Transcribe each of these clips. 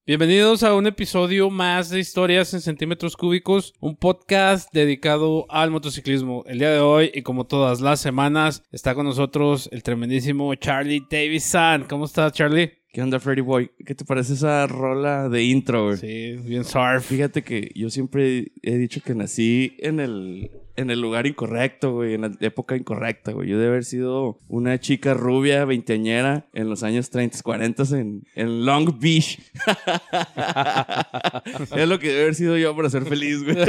Bienvenidos a un episodio más de Historias en Centímetros Cúbicos, un podcast dedicado al motociclismo. El día de hoy, y como todas las semanas, está con nosotros el tremendísimo Charlie Davison. ¿Cómo estás, Charlie? ¿Qué onda, Freddy Boy? ¿Qué te parece esa rola de intro, güey? Sí, bien surf. Fíjate que yo siempre he dicho que nací en el lugar incorrecto, güey, en la época incorrecta, güey. Yo debe haber sido una chica rubia, veinteañera, en los años 30, 40 en Long Beach. Es lo que debe haber sido yo para ser feliz, güey.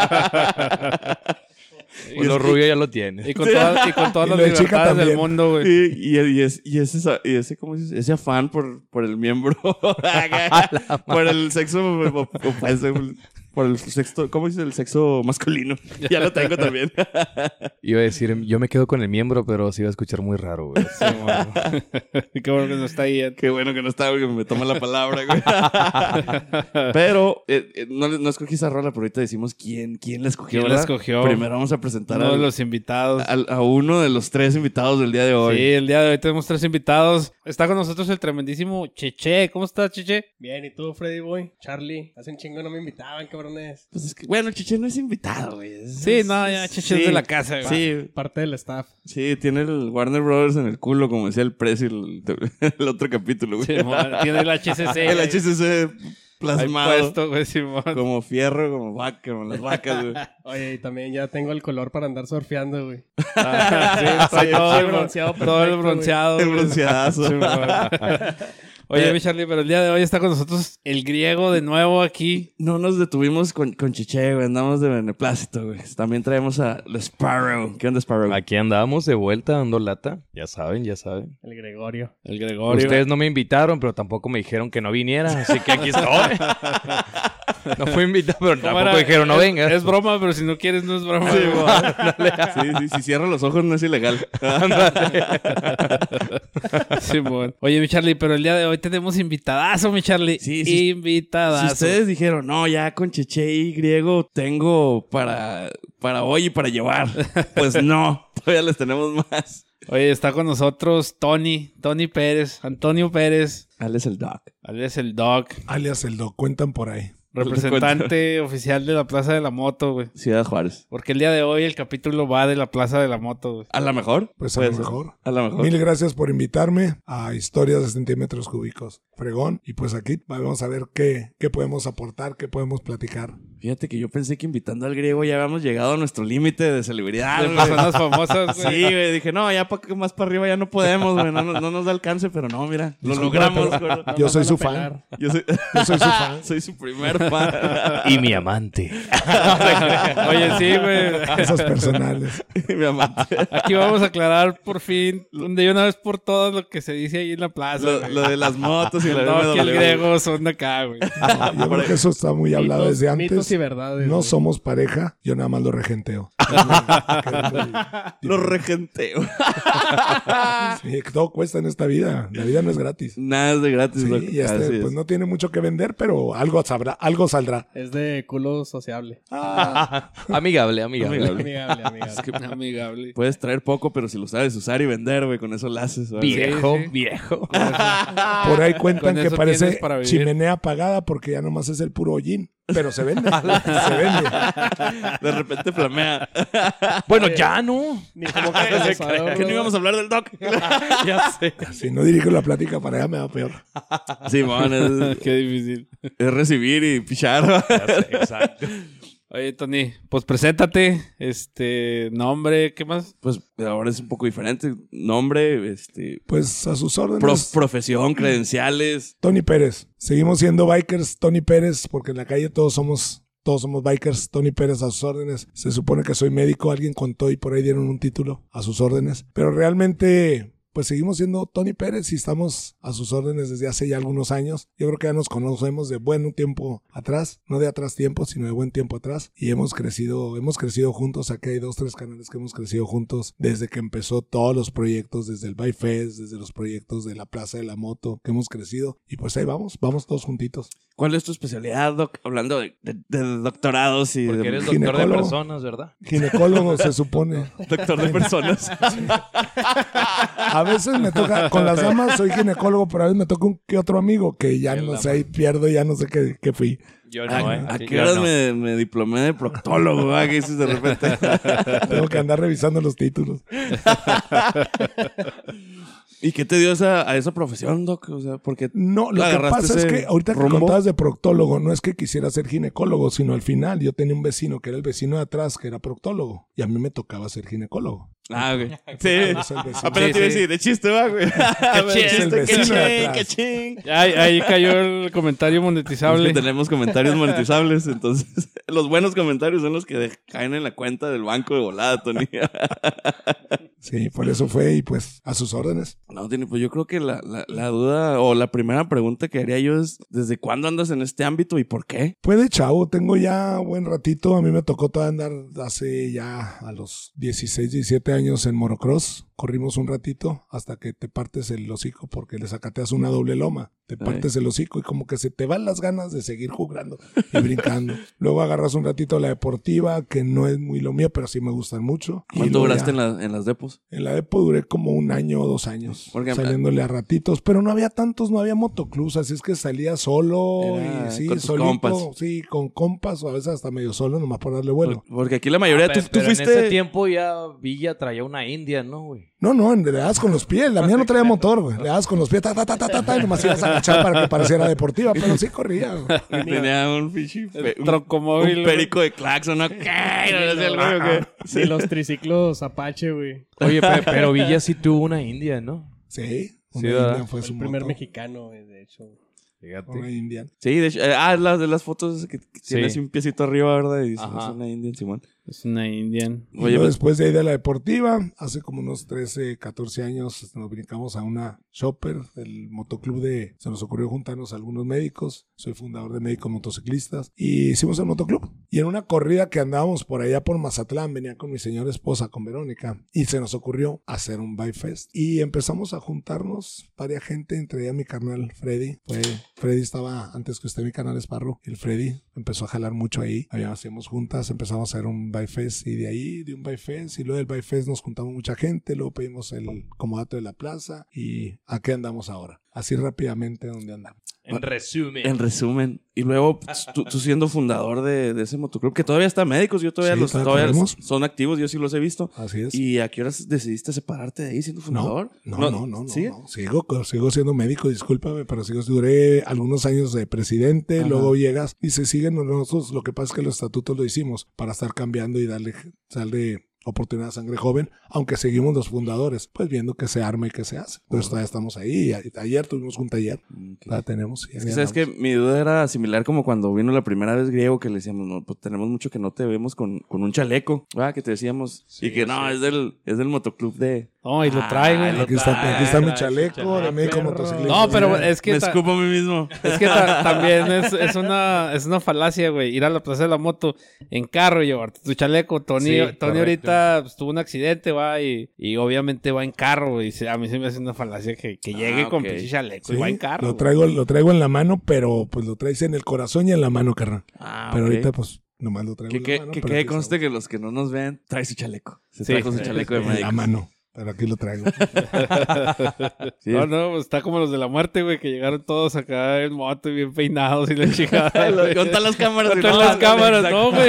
Y lo rubio ya lo tiene. Y con todas las libertades del mundo, güey. Y ese, ¿cómo dices? Ese afán por el miembro. Por el sexo por el sexo, ¿cómo dices? El sexo masculino. Ya lo tengo también. Iba a decir, yo me quedo con el miembro, pero se iba a escuchar muy raro, güey. Sí, bueno. Qué bueno que no está ahí. Qué bueno que no está, porque me toma la palabra, güey. Pero no escogí esa rola, pero ahorita decimos quién la escogió, ¿Quién la escogió? Primero vamos a presentar Uno de los invitados. a uno de los 3 invitados del día de hoy. Sí, el día de hoy tenemos 3 invitados. Está con nosotros el tremendísimo Cheche. ¿Cómo estás, Cheche? Bien, ¿y tú, Freddy Boy? Charlie, hace un chingo no me invitaban, cabrones. Pues es que, bueno, Cheche no es invitado, güey. Sí, no, ya Cheche es de la casa, güey. Sí, Parte del staff. sí, tiene el Warner Brothers en el culo, como decía el Prezi el otro capítulo, güey. Sí, bueno, tiene el HCC. El HCC plasmado. Ahí puesto, güey, Simón. Como fierro, como vaca, como las vacas, güey. Oye, y también ya tengo el color para andar surfeando, güey. Ah, sí, Soy todo el bronceado todo el perfecto, bronceado. El güey. bronceadazo. Simón. Oye, mi Charlie, pero el día de hoy está con nosotros el griego de nuevo aquí. No nos detuvimos con Cheche, güey. Andamos de beneplácito, güey. También traemos a The Sparrow. ¿Qué onda, Sparrow? Aquí andábamos de vuelta dando lata. Ya saben. El Gregorio. El Gregorio. Ustedes no me invitaron, pero tampoco me dijeron que no viniera, así que aquí estoy. No fui invitado, pero tampoco era? dijeron no vengas. Es broma, pero si no quieres, no es broma. Sí, güey. sí, si cierra los ojos no es ilegal. Simón. Oye, mi Charlie, pero el día de hoy tenemos invitadazo, mi Charlie. Sí, invitadazo. Si ustedes dijeron, no, ya con Cheche y griego tengo para hoy y para llevar. Pues no, todavía les tenemos más. Oye, está con nosotros Tony Pérez, Antonio Pérez. Él es el Doc. Él es el Doc, Alias el Doc, cuentan por ahí. representante oficial de la Plaza de la Moto, güey. Ciudad Juárez. Porque el día de hoy el capítulo va de la Plaza de la Moto, güey. ¿A la mejor? Pues a Puede lo ser. mejor. A la mejor. Mil gracias por invitarme a Historias de Centímetros Cúbicos. Fregón. Y pues aquí vamos a ver qué podemos aportar, qué podemos platicar. Fíjate que yo pensé que invitando al griego ya habíamos llegado a nuestro límite de celebridad, De güey. personas famosas, güey. Sí, güey. Dije, no, ya más para arriba ya no podemos, güey. No nos da alcance, pero no, mira. Lo logramos, güey. Yo soy su van a fan. Yo soy Yo soy su fan. soy su primer fan. Y mi amante. Oye, sí, güey. Esas personales. Mi amante. Aquí vamos a aclarar por fin, de una vez por todas, lo que se dice ahí en la plaza. güey. Lo de las motos y la No, que el BMW. griego son de acá, güey. Yo creo que eso está muy hablado desde antes. Mitos y verdades. No güey. somos pareja, yo nada más lo regenteo. Lo regenteo. Sí, todo cuesta en esta vida. La vida no es gratis. Nada es de gratis, Sí, loco. y Así es. pues no tiene mucho que vender, pero algo saldrá. Es de culo sociable. Amigable. Amigable, amigable. Amigable. Puedes traer poco, pero si lo sabes usar y vender, güey, con eso lo haces. ¿vale? Viejo, Sí, sí. viejo. Por ahí cuentan Con que eso parece tienes para vivir. chimenea apagada porque ya nomás es el puro hollín. Pero se vende. Se vende. De repente flamea. Bueno, ya no. Ni como que ¿Que no íbamos a hablar del doc? Ya sé. Si no dirijo la plática para allá me va peor. Sí, man, Qué difícil. es recibir y pichar. Ya sé, exacto. Oye, Tony, pues preséntate. Nombre, ¿qué más? Pues ahora es un poco diferente. Nombre, Pues a sus órdenes. profesión, credenciales. Tony Pérez. Seguimos siendo bikers. Tony Pérez, porque en la calle todos somos bikers. Tony Pérez a sus órdenes. Se supone que soy médico. Alguien contó y por ahí dieron un título a sus órdenes. Pero realmente, pues seguimos siendo Tony Pérez y estamos a sus órdenes desde hace ya algunos años. Yo creo que ya nos conocemos de buen tiempo atrás. No de atrás tiempo, sino de buen tiempo atrás. Y hemos crecido juntos. Aquí hay 2, 3 canales que hemos crecido juntos desde que empezó todos los proyectos, desde el Bike Fest, desde los proyectos de la Plaza de la Moto, que hemos crecido. Y pues ahí vamos todos juntitos. ¿Cuál es tu especialidad, Doc? Hablando de doctorados y Porque de eres doctor de ginecólogo. personas, ¿verdad? Ginecólogo se supone. doctor de personas. A veces me toca, con las damas soy ginecólogo, pero a veces me toca un que otro amigo que ya no sé, ahí pierdo, ya no sé qué fui. Yo no, ¿A Sí, qué yo horas no. me diplomé de proctólogo? ¿Va? ¿Qué dices de repente? Tengo que andar revisando los títulos. ¿Y qué te dio a esa profesión, Doc? O sea, porque No, lo que agarraste pasa es ese que ahorita que rumbo. contabas de proctólogo, no es que quisiera ser ginecólogo, sino al final yo tenía un vecino que era el vecino de atrás, que era proctólogo, y a mí me tocaba ser ginecólogo. Ah, güey. Sí. Es el vecino. Apenas te iba a decir, de chiste, va, güey. Es el Qué vecino de ching, atrás. qué ching. Ahí cayó el comentario Es monetizable. que tenemos comentarios monetizables, entonces los buenos comentarios son los que caen en la cuenta del banco de volada, Tony. Sí, por eso fue y pues a sus órdenes. No, Tony, pues yo creo que la duda o la primera pregunta que haría yo es ¿desde cuándo andas en este ámbito y por qué? Pues de chavo, tengo ya buen ratito. A mí me tocó todavía andar hace ya a los 16, 17 años en motocross. Corrimos un ratito hasta que te partes el hocico porque le sacateas una doble loma. Te partes el hocico y como que se te van las ganas de seguir jugando y brincando. Luego agarras un ratito la deportiva, que no es muy lo mío, pero sí me gustan mucho. Y ¿Cuánto luego duraste ya- en las depos? En la depo duré como 1 año o 2 años, Porque- saliéndole a ratitos, pero no había tantos, no había motoclubs, así es que salía solo Era y sí, con tus solito, compas. sí, con compas o a veces hasta medio solo, nomás por darle vuelo. Porque aquí la mayoría, tú Pero fuiste... en ese tiempo ya Villa traía una India, ¿no, güey? No, le das con los pies, la mía no traía motor, güey, le das con los pies, y nomás ibas a agachar para que pareciera deportiva, pero sí corría, güey. Y tenía un pinche... troncomóvil, un perico de claxon, ¿no? ¿Qué? ¿No decía el güey o qué? Sí, los triciclos Apache, güey. Oye, pero Villa sí tuvo una India, ¿no? Sí, una Sí, ¿verdad? Indian fue Fue su el primer moto, mexicano, güey, de hecho. una Indian. Sí, de hecho... las de las fotos que tiene Sí. así un piecito arriba, ¿verdad? Y dice, Ajá. es una Indian, Simón. Es una Indian. Y Oye, luego pues, después de ahí de la deportiva, hace como unos 13, 14 años nos brincamos a una shopper, el motoclub se nos ocurrió juntarnos a algunos médicos, soy fundador de Médicos Motociclistas, y hicimos el motoclub. Y en una corrida que andábamos por allá por Mazatlán, venía con mi señora esposa, con Verónica, y se nos ocurrió hacer un bike fest. Y empezamos a juntarnos varias gente, entre ella mi carnal Freddy. Freddy estaba antes que usted, mi carnal Esparro, el Freddy empezó a jalar mucho ahí, hacíamos juntas, empezamos a hacer un bike fest y de ahí, de un bike fest, y luego del bike fest nos juntamos mucha gente, luego pedimos el comodato de la plaza y ¿a qué andamos ahora? Así rápidamente, ¿dónde andamos? En resumen. en resumen. Y luego, pues, tú siendo fundador de ese motoclub, que todavía está médicos, yo todavía Sí, todavía todavía corremos. son activos, yo sí los he visto. Así es. ¿Y a qué horas decidiste separarte de ahí siendo fundador? No. ¿Sí? Sigo siendo médico, discúlpame, pero duré algunos años de presidente, Ajá. luego llegas y se siguen nosotros, lo que pasa es que los estatutos lo hicimos para estar cambiando y darle oportunidad a sangre joven, aunque seguimos los fundadores, pues viendo que se arma y que se hace. Entonces todavía estamos ahí. Ayer tuvimos un taller, todavía tenemos. Es que sabes que mi duda era similar como cuando vino la primera vez Griego, que le decíamos, no, pues tenemos mucho que no te vemos con un chaleco, ¿verdad? Que te decíamos, y que no, es del motoclub de... No, y lo trae, güey. Aquí está mi chaleco de médico motociclista. No, pero es que Me escupo a mí mismo. es que también es una falacia, güey. Ir a la plaza de la moto en carro y llevarte tu chaleco. Tony Sí, correcto. ahorita pues, tuvo un accidente, va, y obviamente va en carro, güey. A mí se me hace una falacia que llegue con ok. pinche chaleco y Sí, va en carro. lo traigo en la mano, pero pues lo traes en el corazón y en la mano, carnal. Ah, Pero ok. ahorita pues nomás lo traigo Que en la mano. que pero quede aquí conste está, que los que no nos ven, trae su chaleco. Se Sí, trajo su sí, chaleco de en la médico. mano. Pero aquí lo traigo. Sí. No, pues está como los de la muerte, güey, que llegaron todos acá en moto y bien peinados y la chingada. güey. Con todas las cámaras. Con y todas no, las cámaras, exacto. no, güey.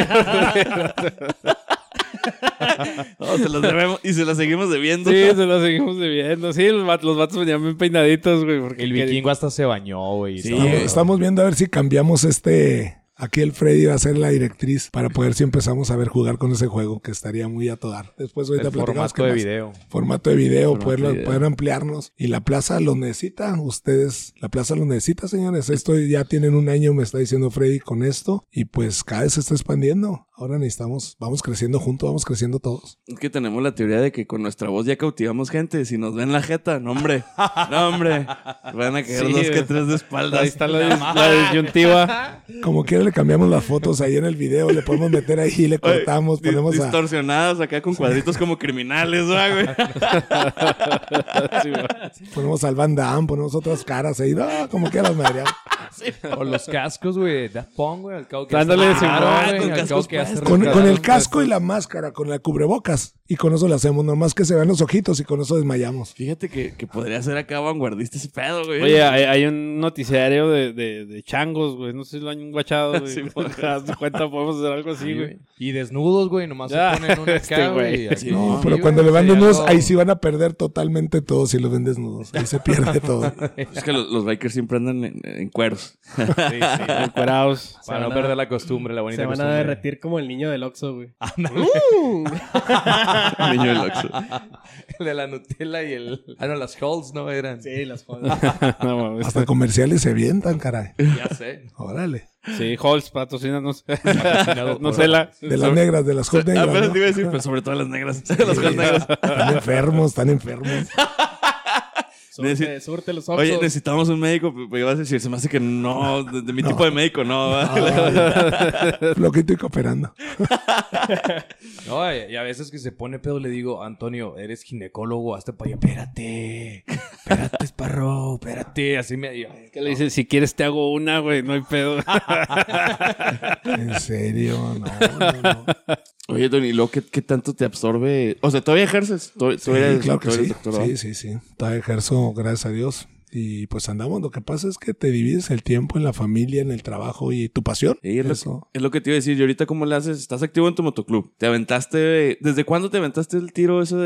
No, se los debemos y se los seguimos debiendo. Sí, se lo seguimos debiendo. Sí, los vatos venían bien peinaditos, güey. Porque El vikingo hasta se bañó, güey. Sí, Estamos viendo a ver si cambiamos Aquí el Freddy va a ser la directriz para poder si empezamos a ver jugar con ese juego, que estaría muy a todo dar. Después ahorita El platicamos formato qué de más. video. Formato de video, Formato de video. poder ampliarnos. Y la plaza lo necesita, ustedes, la plaza lo necesita, señores. Esto ya tienen 1 año, me está diciendo Freddy, con esto. Y pues cada vez se está expandiendo. Ahora vamos creciendo juntos, vamos creciendo todos. Es que tenemos la teoría de que con nuestra voz ya cautivamos gente. Si nos ven la jeta, no hombre. Van a caer Sí, 2 que güey. 3 de espaldas. Ahí está la disyuntiva. Como quiera le cambiamos las fotos ahí en el video, le podemos meter ahí, le Oye, cortamos, ponemos a... distorsionadas acá con cuadritos como criminales, ¿no, güey? Sí, güey. Ponemos al Van Damme, ponemos otras caras ahí, no, como quieras, madre. O los cascos, güey. Daft Punk, güey. Al cabo que Dándole hace- Simón, güey, con al cascos cabo que hace puestos. Con rescate. el casco y la máscara, con la cubrebocas. Y con eso lo hacemos. Nomás que se vean los ojitos y con eso desmayamos. Fíjate que podría ser acá vanguardista ese pedo, güey. Oye, hay un noticiario de changos, güey. No sé si lo han guachado, güey. Sí, Haz de cuenta, podemos hacer algo así, Sí, güey. güey. Y desnudos, güey. Nomás Ya, se ponen una este acá, güey. güey. Sí, No, sí, pero güey, cuando le van sería desnudos, algo- ahí sí van a perder totalmente todo si los ven desnudos. Ahí se pierde todo. Es que los bikers siempre andan en cueros. Sí, sí. Encuerados. Para van no a- perder la costumbre, la bonita Se van a costumbre. derretir como el niño del Oxxo, güey. Niño del Oxxo. El de la Nutella y el... Ah, no, las Halls, ¿no? Eran... Sí, las jodas. No mames. Hasta comerciales se avientan, caray. Ya sé. Órale. Sí, Halls, patrocínanos. Patrocinado No por- sé la. De las negras, de las hot negras. Apenas ¿no? te iba a decir, pero sobre todo las negras. Las cosas negras. Están enfermos, están enfermos. Súrte los Oxxos. Oye, necesitamos un médico. Pues ibas a decir, se me hace que no, de mi tipo de médico, no. Loquito y cooperando. No, y a veces que se pone pedo le digo, Antonio, eres ginecólogo, hazte para allá. Espérate, esparro, espérate. Así me... Que le dice, si quieres te hago una, güey. No hay pedo. En serio, no. Oye, Tony, ¿y luego qué tanto te absorbe? O sea, ¿todavía ejerces? Sí, claro que sí. Sí. Todavía ejerzo, gracias a Dios. Y pues andamos. Lo que pasa es que te divides el tiempo en la familia, en el trabajo y tu pasión. Sí, es Eso. lo que te iba a decir. ¿Y ahorita cómo le haces? ¿Estás activo en tu motoclub? ¿Te aventaste? ¿Desde cuándo te aventaste el tiro eso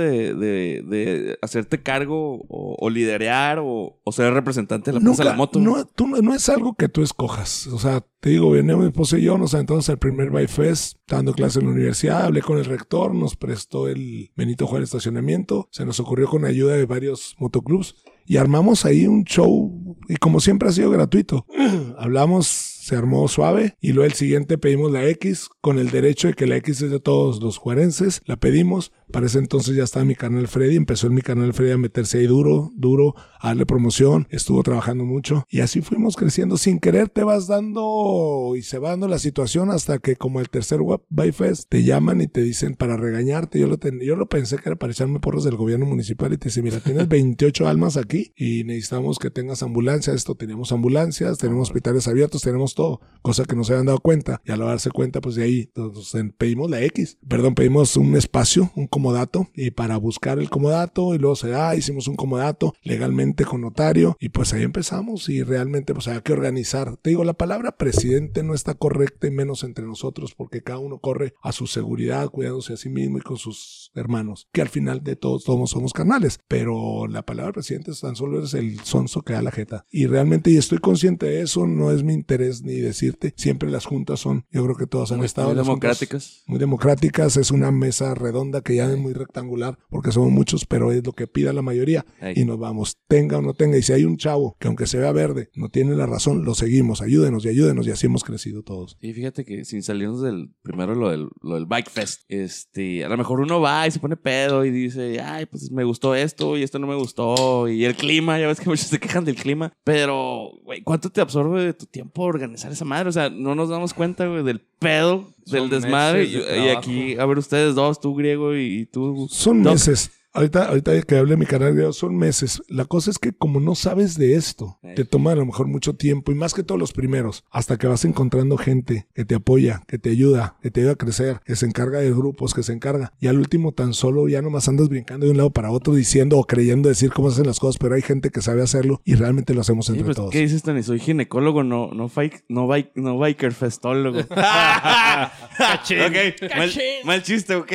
de hacerte cargo o liderear o ser representante de la plaza de la moto? No es algo que tú escojas. O sea, te digo, viene mi esposo y yo, nos aventamos al primer Bike Fest, dando clases en la universidad, hablé con el rector, nos prestó el Benito Juárez estacionamiento, se nos ocurrió con ayuda de varios motoclubs y armamos ahí un show y como siempre ha sido gratuito. Hablamos, se armó suave y luego el siguiente pedimos la X con el derecho de que la X es de todos los juarenses, la pedimos. Para ese entonces ya estaba mi canal Freddy, empezó en mi canal Freddy a meterse ahí duro, a darle promoción, estuvo trabajando mucho y así fuimos creciendo. Sin querer te vas dando y se va dando la situación hasta que como el tercer Bike Fest te llaman y te dicen para regañarte. Yo lo pensé que era para echarme porros del gobierno municipal y te dicen, mira, tienes 28 almas aquí y necesitamos que tengas ambulancia. Esto teníamos ambulancias, tenemos hospitales abiertos, tenemos todo, cosa que no se habían dado cuenta y al darse cuenta pues de ahí pedimos la X, pedimos un espacio, un comodato y para buscar el comodato y luego hicimos un comodato legalmente con notario y pues ahí empezamos y realmente pues había que organizar. Te digo, la palabra presidente no está correcta y menos entre nosotros porque cada uno corre a su seguridad, cuidándose a sí mismo y con sus hermanos, que al final de todos somos carnales, pero la palabra presidente tan solo es el sonso que da la jeta y realmente y estoy consciente de eso, no es mi interés ni decirte, siempre las juntas son, yo creo que todas han estado Muy las juntas democráticas. muy democráticas, es una mesa redonda que ya es muy rectangular porque somos muchos, pero es lo que pida la mayoría y nos vamos, tenga o no tenga, y si hay un chavo que aunque se vea verde no tiene la razón, lo seguimos, ayúdenos y así hemos crecido todos. Y fíjate que sin salirnos del primero lo del Bike Fest, a lo mejor uno va y se pone pedo y dice, ay, pues me gustó esto y esto no me gustó y el clima, ya ves que muchos se quejan del clima, pero, güey, ¿cuánto te absorbe de tu tiempo organizar esa madre? O sea, no nos damos cuenta, güey, del pedo, del Son desmadre meses de y aquí, a ver, ustedes dos, tú griego y tú... Son Doc. meses. Ahorita que hable mi canal, son meses. La cosa es que como no sabes de esto, te toma a lo mejor mucho tiempo y más que todos los primeros, hasta que vas encontrando gente que te apoya, que te ayuda a crecer, que se encarga de grupos, que se encarga. Y al último tan solo ya nomás andas brincando de un lado para otro diciendo o creyendo decir cómo se hacen las cosas, pero hay gente que sabe hacerlo y realmente lo hacemos entre pues, todos. ¿qué dices, Tony? Soy ginecólogo, no biker festólogo. Cachín. Ok, mal chiste, ok.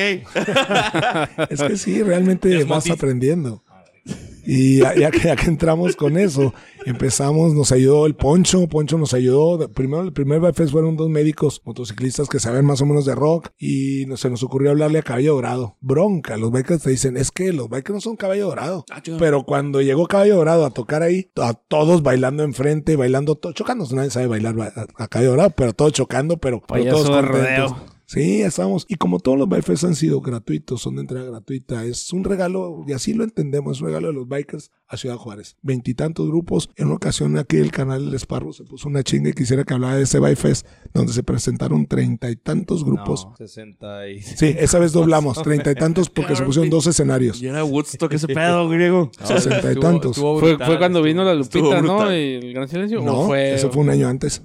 Es que sí, realmente vas aprendiendo. Y ya que entramos con eso, empezamos, nos ayudó el Poncho nos ayudó. Primero, el primer Bike Fest fueron 2 médicos motociclistas que saben más o menos de rock y se nos ocurrió hablarle a Caballo Dorado. Bronca, los bikers te dicen, es que los bikers no son Caballo Dorado. Pero cuando llegó Caballo Dorado a tocar ahí, a todos bailando enfrente, chocando, nadie sabe bailar a Caballo Dorado, pero todos chocando, pero Payaso todos de contentos. rodeo. Sí, estábamos. Y como todos los Bikefest han sido gratuitos, son de entrega gratuita, es un regalo, y así lo entendemos, es un regalo de los bikers a Ciudad Juárez. 20 y tantos grupos. En una ocasión aquí el canal El Esparro se puso una chinga y quisiera que hablara de ese Bikefest, donde se presentaron 30 y tantos grupos. No, 60 y... Sí, esa vez doblamos, 30 y tantos porque se pusieron 2 escenarios. Y era Woodstock ese pedo, griego. 60 y tantos. Fue cuando vino la Lupita, estuvo ¿no? brutal. Y el Gran Silencio. No, eso fue un año antes.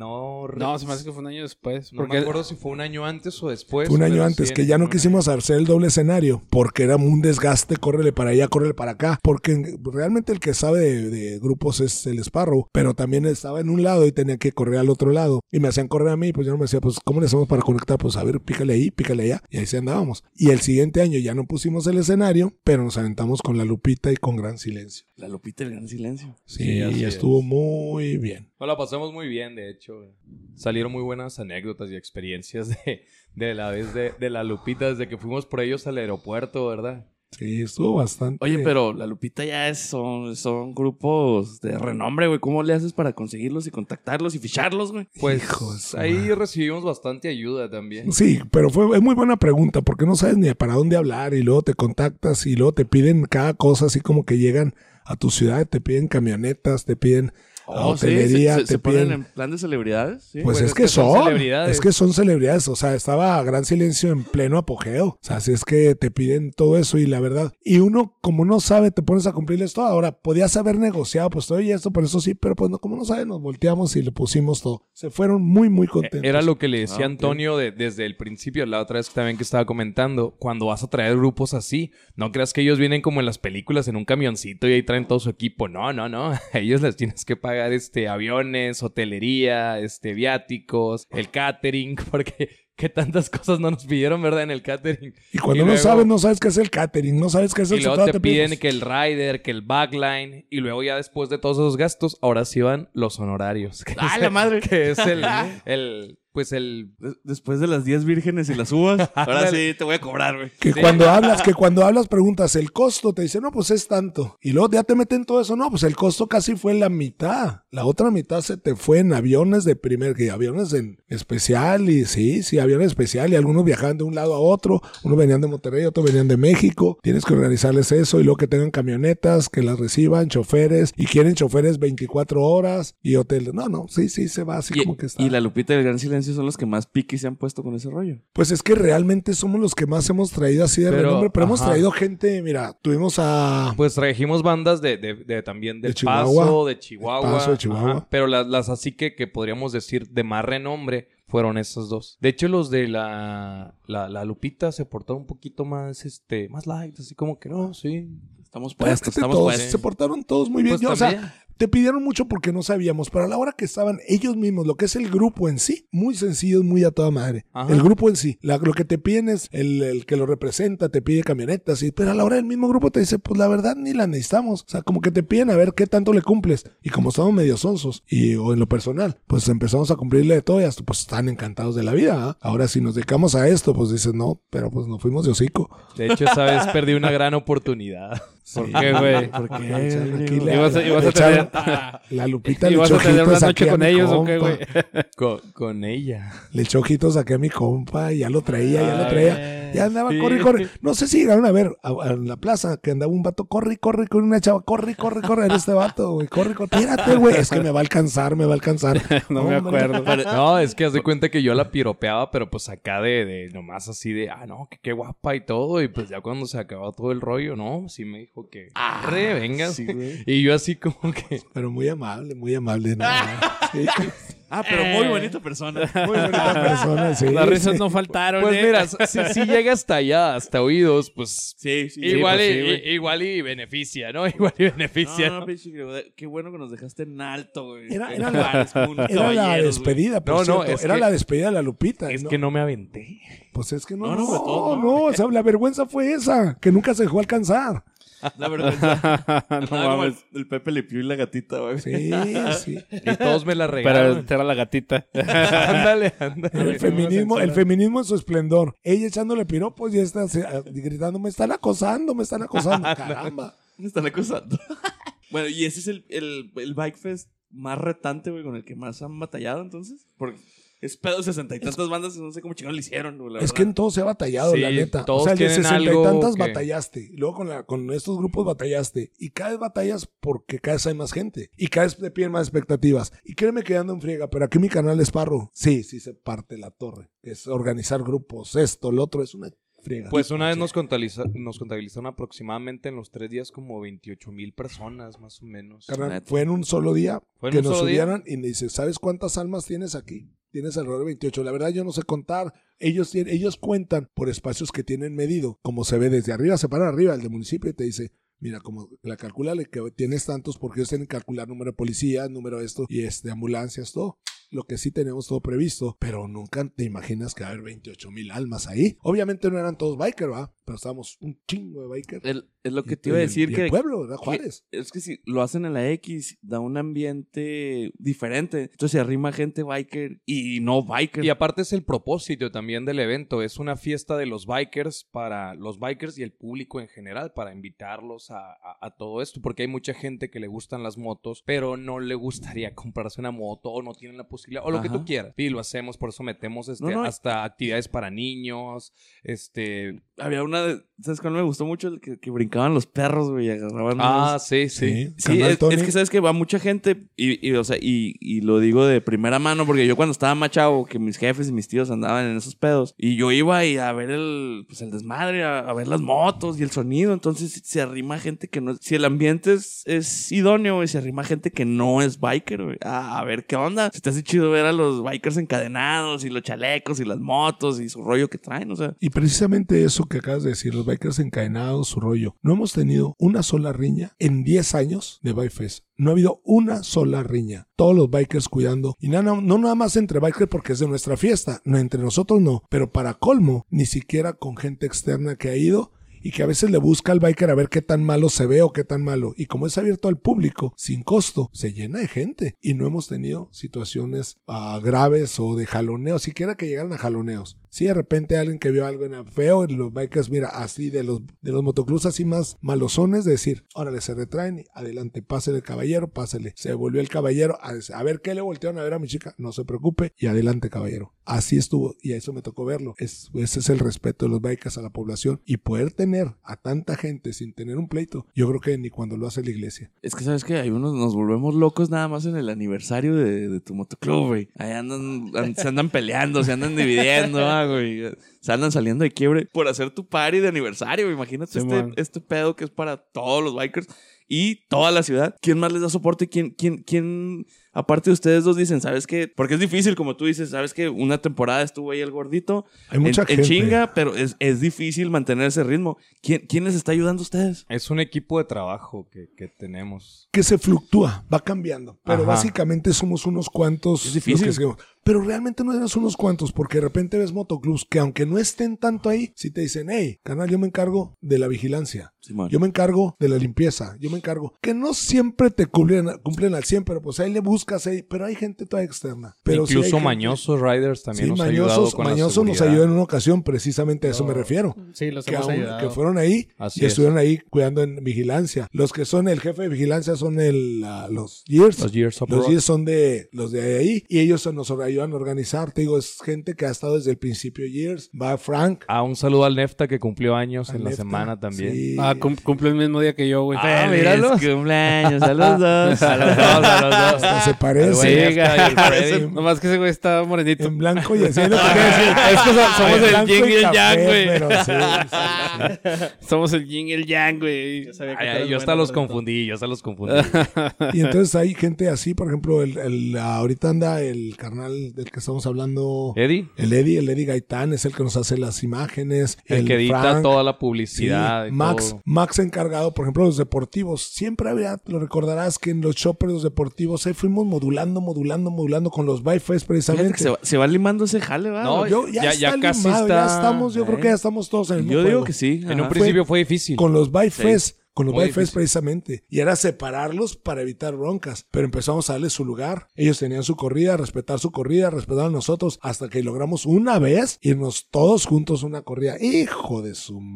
No, se me hace que fue un año después. No me acuerdo si fue un año antes o después. Fue un año pero antes, sí, que ya no fue un quisimos hacer el doble escenario, porque era un desgaste, córrele para allá, córrele para acá, porque realmente el que sabe de grupos es el Sparrow, pero también estaba en un lado y tenía que correr al otro lado, y me hacían correr a mí, pues yo no me decía, pues ¿cómo le hacemos para conectar? Pues a ver, pícale ahí, pícale allá, y ahí sí andábamos. Y el siguiente año ya no pusimos el escenario, pero nos aventamos con la Lupita y con Gran Silencio. La Lupita del Gran Silencio. Sí, así y estuvo muy bien. No, la pasamos muy bien, de hecho. Salieron muy buenas anécdotas y experiencias de la vez de la Lupita desde que fuimos por ellos al aeropuerto, ¿verdad? Sí, estuvo bastante. Oye, pero la Lupita ya son grupos de renombre, güey. ¿Cómo le haces para conseguirlos y contactarlos y ficharlos, güey? Pues Hijo de su ahí madre. recibimos bastante ayuda también. Sí, pero es muy buena pregunta porque no sabes ni para dónde hablar y luego te contactas y luego te piden cada cosa así como que llegan a tu ciudad, te piden camionetas, te piden hotelería, se te ponen piden... en plan de celebridades. ¿Sí? Pues es que son celebridades. Es que son celebridades. O sea, estaba Gran Silencio en pleno apogeo. O sea, así es que te piden todo eso y la verdad. Y uno, como no sabe, te pones a cumplirles todo. Ahora, podías haber negociado, pues todo y esto, por eso sí, pero pues no, como no sabe, nos volteamos y le pusimos todo. Se fueron muy, muy contentos. Era lo que le decía ok. Antonio desde el principio, la otra vez también que estaba comentando, cuando vas a traer grupos así, no creas que ellos vienen como en las películas en un camioncito y ahí traen todo su equipo. No. A ellos les tienes que pagar aviones, hotelería, viáticos, el catering, porque que tantas cosas no nos pidieron, ¿verdad? En el catering. Y cuando Y no luego- sabes, no sabes qué es el catering, no sabes qué es el Y luego sector, te piden piden, que el rider, que el backline, y luego ya después de todos esos gastos, ahora sí van los honorarios. Que ¡Ah, es la el- madre! Que es pues el... Después de las 10 vírgenes y las uvas, ahora Ándale. sí te voy a cobrar, güey. que cuando hablas preguntas el costo, te dicen, no, pues es tanto. Y luego ya te meten todo eso, no, pues el costo casi fue la mitad. La otra mitad se te fue en aviones de aviones en especial y sí, aviones especial y algunos viajaban de un lado a otro, unos venían de Monterrey, otros venían de México. Tienes que organizarles eso y luego que tengan camionetas, que las reciban, choferes y quieren choferes 24 horas y hoteles. No, sí, se va así como que está. Y la Lupita del Gran Silencio son los que más piqui se han puesto con ese rollo. Pues es que realmente somos los que más hemos traído así de Pero, renombre, pero hemos ajá. traído gente, mira, tuvimos a... Pues trajimos bandas también del De Chihuahua. Paso, de Chihuahua. Paso de Chihuahua. Ajá. Pero las así que podríamos decir de más renombre fueron esos dos. De hecho, los de la Lupita se portaron un poquito más, más light, así como que no, sí. Estamos Pues puestos, que estamos todos puestos. se portaron todos muy bien. Pues Yo, o sea, también. te pidieron mucho porque no sabíamos, pero a la hora que estaban ellos mismos, lo que es el grupo en sí, muy sencillo, muy a toda madre. Ajá. El grupo en sí, lo que te piden es el que lo representa, te pide camionetas, pero a la hora el mismo grupo te dice, pues la verdad ni la necesitamos. O sea, como que te piden a ver qué tanto le cumples. Y como estamos medio sonsos, o en lo personal, pues empezamos a cumplirle de todo y hasta pues están encantados de la vida. ¿Ah? Ahora si nos dedicamos a esto, pues dices, no, pero pues nos fuimos de hocico. De hecho, esa vez perdí una gran oportunidad. ¿Por qué, güey? ¿Por qué? Aquí griego? le- ¿Ibas a le tener- echaron- la Lupita ¿Y le vas echó a tener una ojitos noche aquí a con mi ellos o qué, compa. güey? Con ella. Le echó ojitos aquí a mi compa y ya lo traía. Ya andaba, Sí. corre. No sé si llegaron a ver en la plaza que andaba un vato, corre con una chava, corre. Era este vato, güey, corre. Espérate, güey, es que me va a alcanzar. No me Hombre. acuerdo. No, es que haz de cuenta que yo la piropeaba, pero pues acá de nomás así de, no, que qué guapa y todo. Y pues ya cuando se acabó todo el rollo, no, sí me dijo que, venga. Sí, güey. Y yo así como que, Pero muy amable. No, sí, Pero muy bonita persona. muy bonita persona, sí. Las risas sí. no faltaron, pues mira, si llega hasta allá, hasta oídos, pues Sí. igual, pues y, sí, güey. igual y beneficia, ¿no? Igual y beneficia, ¿no? No, pinche griego, qué bueno que nos dejaste en alto, güey. Era En la- lugares como unos Era la caballeros, güey. despedida, por No, no, cierto. es Era que- la despedida de la Lupita. Es ¿no? que no me aventé. Pues es que No, de todo, no. O sea, la vergüenza fue esa, que nunca se dejó alcanzar. La vergüenza. No Andaba como mames. el Pepe Le Pew y la gatita, güey. Sí. Y todos me la Pero regalan. era la gatita. Ándale. El feminismo en su esplendor. Ella echándole piropos y esta gritando, me están acosando. Caramba. Me están acusando. Bueno, y ese es el Bike Fest más retante, güey, con el que más han batallado, entonces. Porque Es pedo 60 y tantas bandas, no sé cómo chingados le hicieron, güey, la Es verdad. que en todo se ha batallado, Sí, la neta. todos O sea, el de tienen 60 y algo tantas que- batallaste. Y luego con estos grupos batallaste. Y cada vez batallas porque cada vez hay más gente. Y cada vez te piden más expectativas. Y créeme que ando en friega, pero aquí mi canal es Parro. Sí se parte la torre. Es organizar grupos, esto, lo otro, es una friega. Pues una vez nos contabilizaron aproximadamente en los 3 días como 28,000 personas, más o menos. Carnal, Neta. fue en un solo día ¿Fue en que un nos solo día? subieran y me dice, ¿sabes cuántas almas tienes aquí? Tienes alrededor de 28. La verdad yo no sé contar. Ellos cuentan por espacios que tienen medido. Como se ve desde arriba, se para arriba el de municipio y te dice, mira, como la calculale que tienes tantos porque ellos tienen que calcular número de policías, número de esto y ambulancias, todo. Lo que sí tenemos todo previsto, pero nunca te imaginas que va a haber 28,000 almas ahí. Obviamente no eran todos biker, ¿va? Pero estábamos un chingo de biker. Es lo que te iba a decir, Y que el pueblo, ¿verdad? Juárez. es que si lo hacen en la X, da un ambiente diferente. Entonces se arrima gente biker y no biker. Y aparte es el propósito también del evento. Es una fiesta de los bikers para los bikers y el público en general, para invitarlos a todo esto. Porque hay mucha gente que le gustan las motos, pero no le gustaría comprarse una moto o no tienen la posibilidad, o lo que Ajá. tú quieras. Y lo hacemos, por eso metemos No. hasta actividades para niños. Había ¿sabes cuál me gustó mucho? El que brincaban los perros, güey, y agarraban Sí. Sí, Canal es Tony. que sabes que va mucha gente y lo digo de primera mano porque yo cuando estaba más chavo, que mis jefes y mis tíos andaban en esos pedos y yo iba a ver el desmadre, a ver las motos y el sonido, entonces se arrima gente que no, si el ambiente es idóneo, güey, se arrima gente que no es biker, güey, a ver qué onda, se te hace chido ver a los bikers encadenados y los chalecos y las motos y su rollo que traen, o sea. Y precisamente eso que acabas de decir, los bikers encadenados, su rollo. No hemos tenido una sola riña en 10 años de Bike Fest. No ha habido una sola riña. Todos los bikers cuidando. Y no nada más entre bikers porque es de nuestra fiesta. No, entre nosotros no. Pero para colmo, ni siquiera con gente externa que ha ido y que a veces le busca al biker a ver qué tan malo se ve o qué tan malo. Y como es abierto al público, sin costo, se llena de gente. Y no hemos tenido situaciones graves o de jaloneos, siquiera que llegaran a jaloneos. Si de repente alguien que vio algo en feo y los bikers, mira, así de los motoclubs así más malosones, de decir, órale, se retraen y adelante, pásele caballero, pásele. Se volvió el caballero a ver qué le voltearon a ver a mi chica, no se preocupe y adelante caballero. Así estuvo y a eso me tocó verlo. Ese es el respeto de los bikers a la población y poder tener a tanta gente sin tener un pleito, yo creo que ni cuando lo hace la iglesia. Es que sabes que hay unos nos volvemos locos nada más en el aniversario de tu motoclub, güey. Ahí se andan peleando, se andan dividiendo, güey. Se andan saliendo de quiebre por hacer tu party de aniversario, güey. Imagínate Sí, este pedo que es para todos los bikers y toda la ciudad. ¿Quién más les da soporte? ¿Quién aparte de ustedes dos dicen, ¿sabes qué? Porque es difícil, como tú dices, ¿sabes qué? Una temporada estuvo ahí el gordito. Hay mucha en gente. chinga, pero es difícil mantener ese ritmo. ¿Quién les está ayudando a ustedes? Es un equipo de trabajo que tenemos. Que se fluctúa, va cambiando. Pero Ajá. básicamente somos unos cuantos. Es difícil. los que seguimos. Pero realmente no eres unos cuantos, porque de repente ves motoclubs que aunque no estén tanto ahí, si te dicen, hey, carnal, yo me encargo de la vigilancia. Simón. Yo me encargo de la limpieza, yo me encargo. Que no siempre te cumplen al 100, pero pues ahí le buscas ahí. Pero hay gente toda externa. Pero sí hay Incluso gente- Mañosos Riders también Sí, nos ha ayudado con Mañoso la nos seguridad. ayudó en una ocasión, precisamente a eso me refiero. Sí, los Que, hemos ayudado. que fueron ahí Así y es. estuvieron ahí cuidando en vigilancia. Los que son el jefe de vigilancia son los Years. Los Years of Los Rock. Years son de los de ahí y ellos nos ayudan a organizar. Te digo, es gente que ha estado desde el principio Years. Va Frank. Un saludo al Nefta que cumplió años en la Nefta. semana también. Sí. Cumple el mismo día que yo, güey. míralo. ¡Feliz cumpleaños a los dos! A los dos. Hasta se parece. güey, Sí, Nefta y el parece- Freddy. nomás que ese güey está morenito. En blanco y así es lo que quería decir. Es que somos el Blanco yin y el café, yang, güey. pero sí. Somos el yin y el yang, güey. Yo sabía que Ay, tú eras yo hasta bueno los para esto. confundí, Y entonces hay gente así, por ejemplo, ahorita anda el carnal del que estamos hablando. Eddie, El Eddie Gaitán es el que nos hace las imágenes. el que edita Frank, toda la sí, publicidad y todo. Max encargado, por ejemplo, de los deportivos. Siempre había, lo recordarás, que en los shoppers, los deportivos, ahí fuimos modulando con los Bike Fest Fíjate precisamente. que se va limando ese jale, ¿va? No, Ya ya está casi limado, está. ya estamos, yo creo que ya estamos todos en el Yo mismo digo juego. que sí. En un ajá. principio fue difícil. Con los Bike Sí. Fest. Con los Muy Bike Fest difícil. precisamente. Y era separarlos para evitar broncas. Pero empezamos a darles su lugar. Ellos tenían su corrida, respetar su corrida, respetar a nosotros. Hasta que logramos una vez irnos todos juntos a una corrida. Hijo de su ma.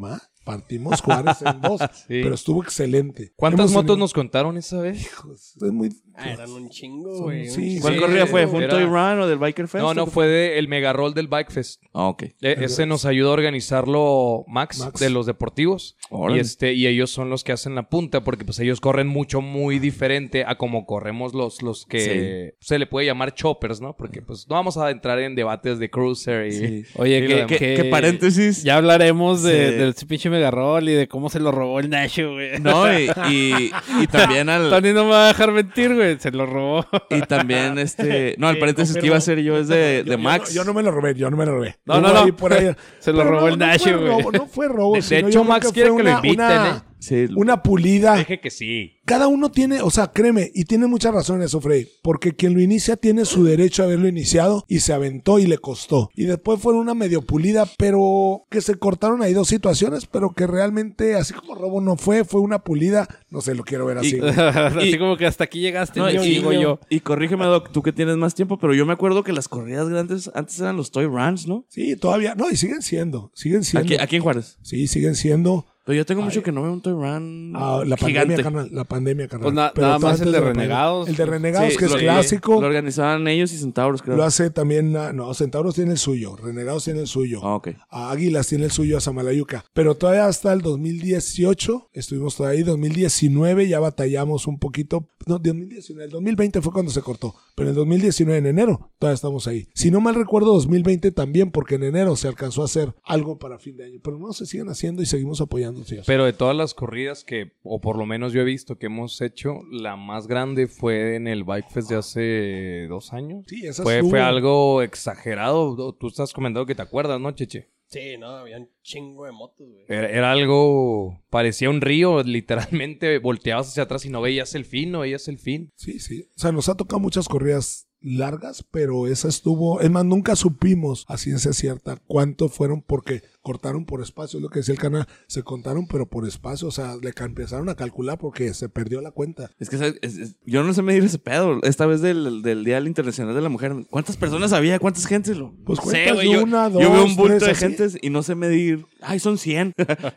partimos Juárez en dos, pero estuvo excelente. ¿Cuántas motos nos contaron esa vez? Hijos, es muy... Eran un chingo, güey. Sí, ¿Cuál Sí, corrida fue? ¿Fue un era- Toy Run o del Biker Fest? No, fue el mega roll del Bike Fest. Ah, ok. Ese nos ayuda a organizarlo Max de los deportivos. Órale. Y ellos son los que hacen la punta porque pues ellos corren mucho, muy diferente a como corremos los que se le puede llamar choppers, ¿no? Porque pues no vamos a entrar en debates de cruiser y... Sí. Oye, Y lo que, demás. ¿Qué paréntesis? Ya hablaremos Sí. del pinche Megarol y de cómo se lo robó el Nacho, güey. No, y también al... Tony no me va a dejar mentir, güey. Se lo robó. Y también No, el paréntesis que iba a hacer yo es de Max. Yo no me lo robé. No, Hubo no. ahí por ahí. Se lo Pero robó el Nacho, güey. No fue robo. De sino hecho, yo creo Max que quiere fue que lo inviten, Sí. una pulida. Dije que sí. Cada uno tiene, o sea, créeme, y tiene mucha razón eso, Frey, porque quien lo inicia tiene su derecho a haberlo iniciado y se aventó y le costó. Y después fue una medio pulida, pero que se cortaron ahí dos situaciones, pero que realmente, así como robo no fue una pulida, no sé, lo quiero ver así. güey. Así Y- como que hasta aquí llegaste, No, yo y, digo yo. y corrígeme, Doc, tú que tienes más tiempo, pero yo me acuerdo que las corridas grandes antes eran los Toy Runs, ¿no? Sí, todavía, no, y siguen siendo. Aquí en Juárez. Sí, siguen siendo. Pero yo tengo mucho que no veo un Toy Run La gigante. pandemia, carnal. Pues Pero nada más antes el de la pandemia. Renegados. El de Renegados, Sí, que es lo- clásico. Lo organizaban ellos y Centauros, creo. Lo hace también, no, Centauros tiene el suyo, Renegados tiene el suyo. Ah, ok. A Águilas tiene el suyo, a Samalayuca. Pero todavía hasta el 2018, estuvimos todavía ahí, 2019 ya batallamos un poquito. No, 2019, el 2020 fue cuando se cortó. Pero en el 2019, en enero, todavía estamos ahí. Si no mal recuerdo, 2020 también, porque en enero se alcanzó a hacer algo para fin de año. Pero no, se siguen haciendo y seguimos apoyando. Sí, Pero de todas las corridas que, o por lo menos yo he visto que hemos hecho, la más grande fue en el Bike Fest de hace 2 años. sí, esa Fue estuvo. algo exagerado. Tú estás comentando que te acuerdas, ¿no, Cheche? Sí, no, había un chingo de motos, güey. Era algo, parecía un río, literalmente volteabas hacia atrás y no veías el fin, no veías el fin. Sí, sí. O sea, nos ha tocado muchas corridas largas, pero esa estuvo... Es más, nunca supimos a ciencia cierta cuánto fueron porque cortaron por espacio, es lo que decía el canal. Se contaron, pero por espacio. O sea, empezaron a calcular porque se perdió la cuenta. Es que ¿sabes? Yo no sé medir ese pedo. Esta vez del Día Internacional de la Mujer. ¿Cuántas personas había? ¿Cuántas gentes? Pues No cuentas güey, de yo, una, yo veo un dos, bulto tres, de así. gentes y no sé medir. Ay, son 100.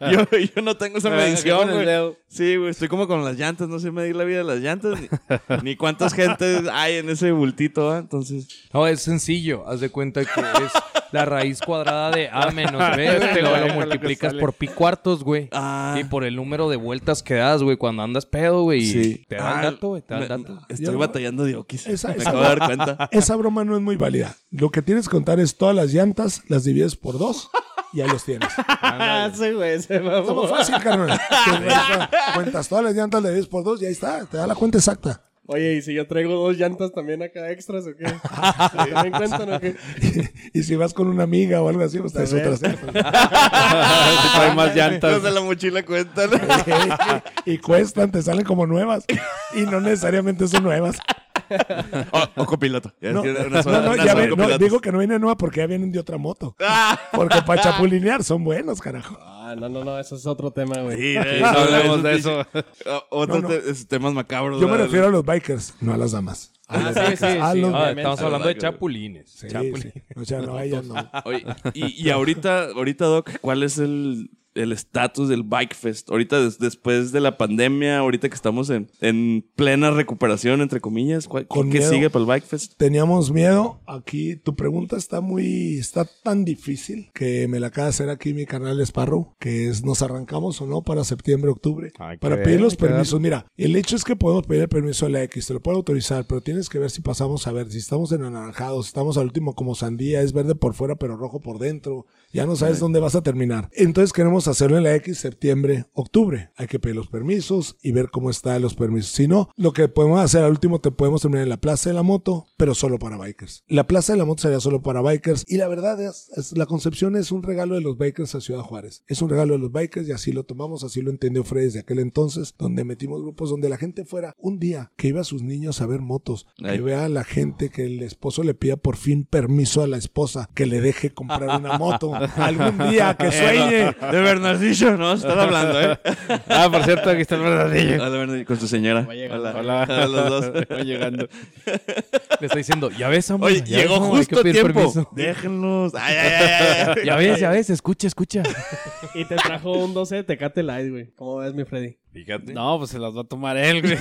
yo no tengo esa Con medición, el güey. dedo. Sí, güey, estoy como con las llantas. No sé medir la vida de las llantas. Ni cuántas gentes hay en ese bultito, ¿ah? Entonces... No, es sencillo. Haz de cuenta que es la raíz cuadrada de A menos B, güey, luego lo multiplicas por pi cuartos, güey. Ah. Y por el número de vueltas que das, güey, cuando andas pedo, güey. Sí. Te da el dato, güey, te da el dato. Estoy Yo- batallando de okis. Esa- Me esa- acabo de dar cuenta. Esa broma no es muy válida. Lo que tienes que contar es todas las llantas, las divides por 2 y ahí los tienes. Sí, güey, se Está muy mamó. fácil, carnal. Cuentas todas las llantas, le divides por 2 y ahí está. Te da la cuenta exacta. Oye, ¿y si yo traigo 2 llantas también acá extras o qué? ¿También cuentan o qué? Y si vas con una amiga o algo así, pues traes También. otras. Si trae más llantas. Los de la mochila cuentan. Y cuestan, te salen como nuevas. Y no necesariamente son nuevas. O copiloto. Ya No, es que no, no, unas ya son ven, no, copilotos. digo que no viene nueva porque ya vienen de otra moto. Porque para chapulinear son buenos, carajo. Ah, no, eso es otro tema, güey. Sí, No hablemos de eso. Otros No, no. temas macabros. Yo me ¿verdad? refiero a los bikers, no a las damas. A los bikers, a los Ah, bikers. estamos hablando de chapulines. Sí, Chapulines. sí. O sea, no, ellas no. Oye, y ahorita, Doc, ¿cuál es el estatus del Bike Fest? Ahorita, después de la pandemia, ahorita que estamos en plena recuperación, entre comillas, Con ¿qué miedo. sigue para el Bike Fest? Teníamos miedo. Aquí tu pregunta está tan difícil que me la acaba de hacer aquí mi canal de Sparrow, que es nos arrancamos o no para septiembre, octubre, Hay que para ver, pedir los hay que ver. permisos. Mira, el hecho es que podemos pedir el permiso de la X, te lo puedo autorizar, pero tienes que ver si pasamos a ver, si estamos en anaranjados, si estamos al último como sandía, es verde por fuera pero rojo por dentro, ya no sabes dónde vas a terminar. Entonces queremos hacerlo en la X septiembre, octubre. Hay que pedir los permisos y ver cómo están los permisos. Si no, lo que podemos hacer al último te podemos terminar en la Plaza de la Moto, pero solo para bikers. La Plaza de la Moto sería solo para bikers y la verdad la concepción es un regalo de los bikers a Ciudad Juárez. Es un regalo de los bikers y así lo tomamos, así lo entendió Fred desde aquel entonces, donde metimos grupos donde la gente fuera un día que iba a sus niños a ver motos, Ay. que vea a la gente que el esposo le pida por fin permiso a la esposa que le deje comprar una moto algún día, que sueñe. De Bernardillo, ¿no? Están hablando, ¿eh? Ah, por cierto, aquí está el verdadillo. Hola, Bernardillo, con su señora. Va llegando. Hola. A los dos. Voy llegando. Le está diciendo, ya ves, amor. Oye, ya ves, llegó amor, hay que justo a pedir tiempo. permiso". Déjenlos. Ay. Ya ves, escucha. Y te trajo un 12 de Tecate Light, güey. ¿Cómo ves, mi Freddy? Fíjate. No, pues se las va a tomar él, güey.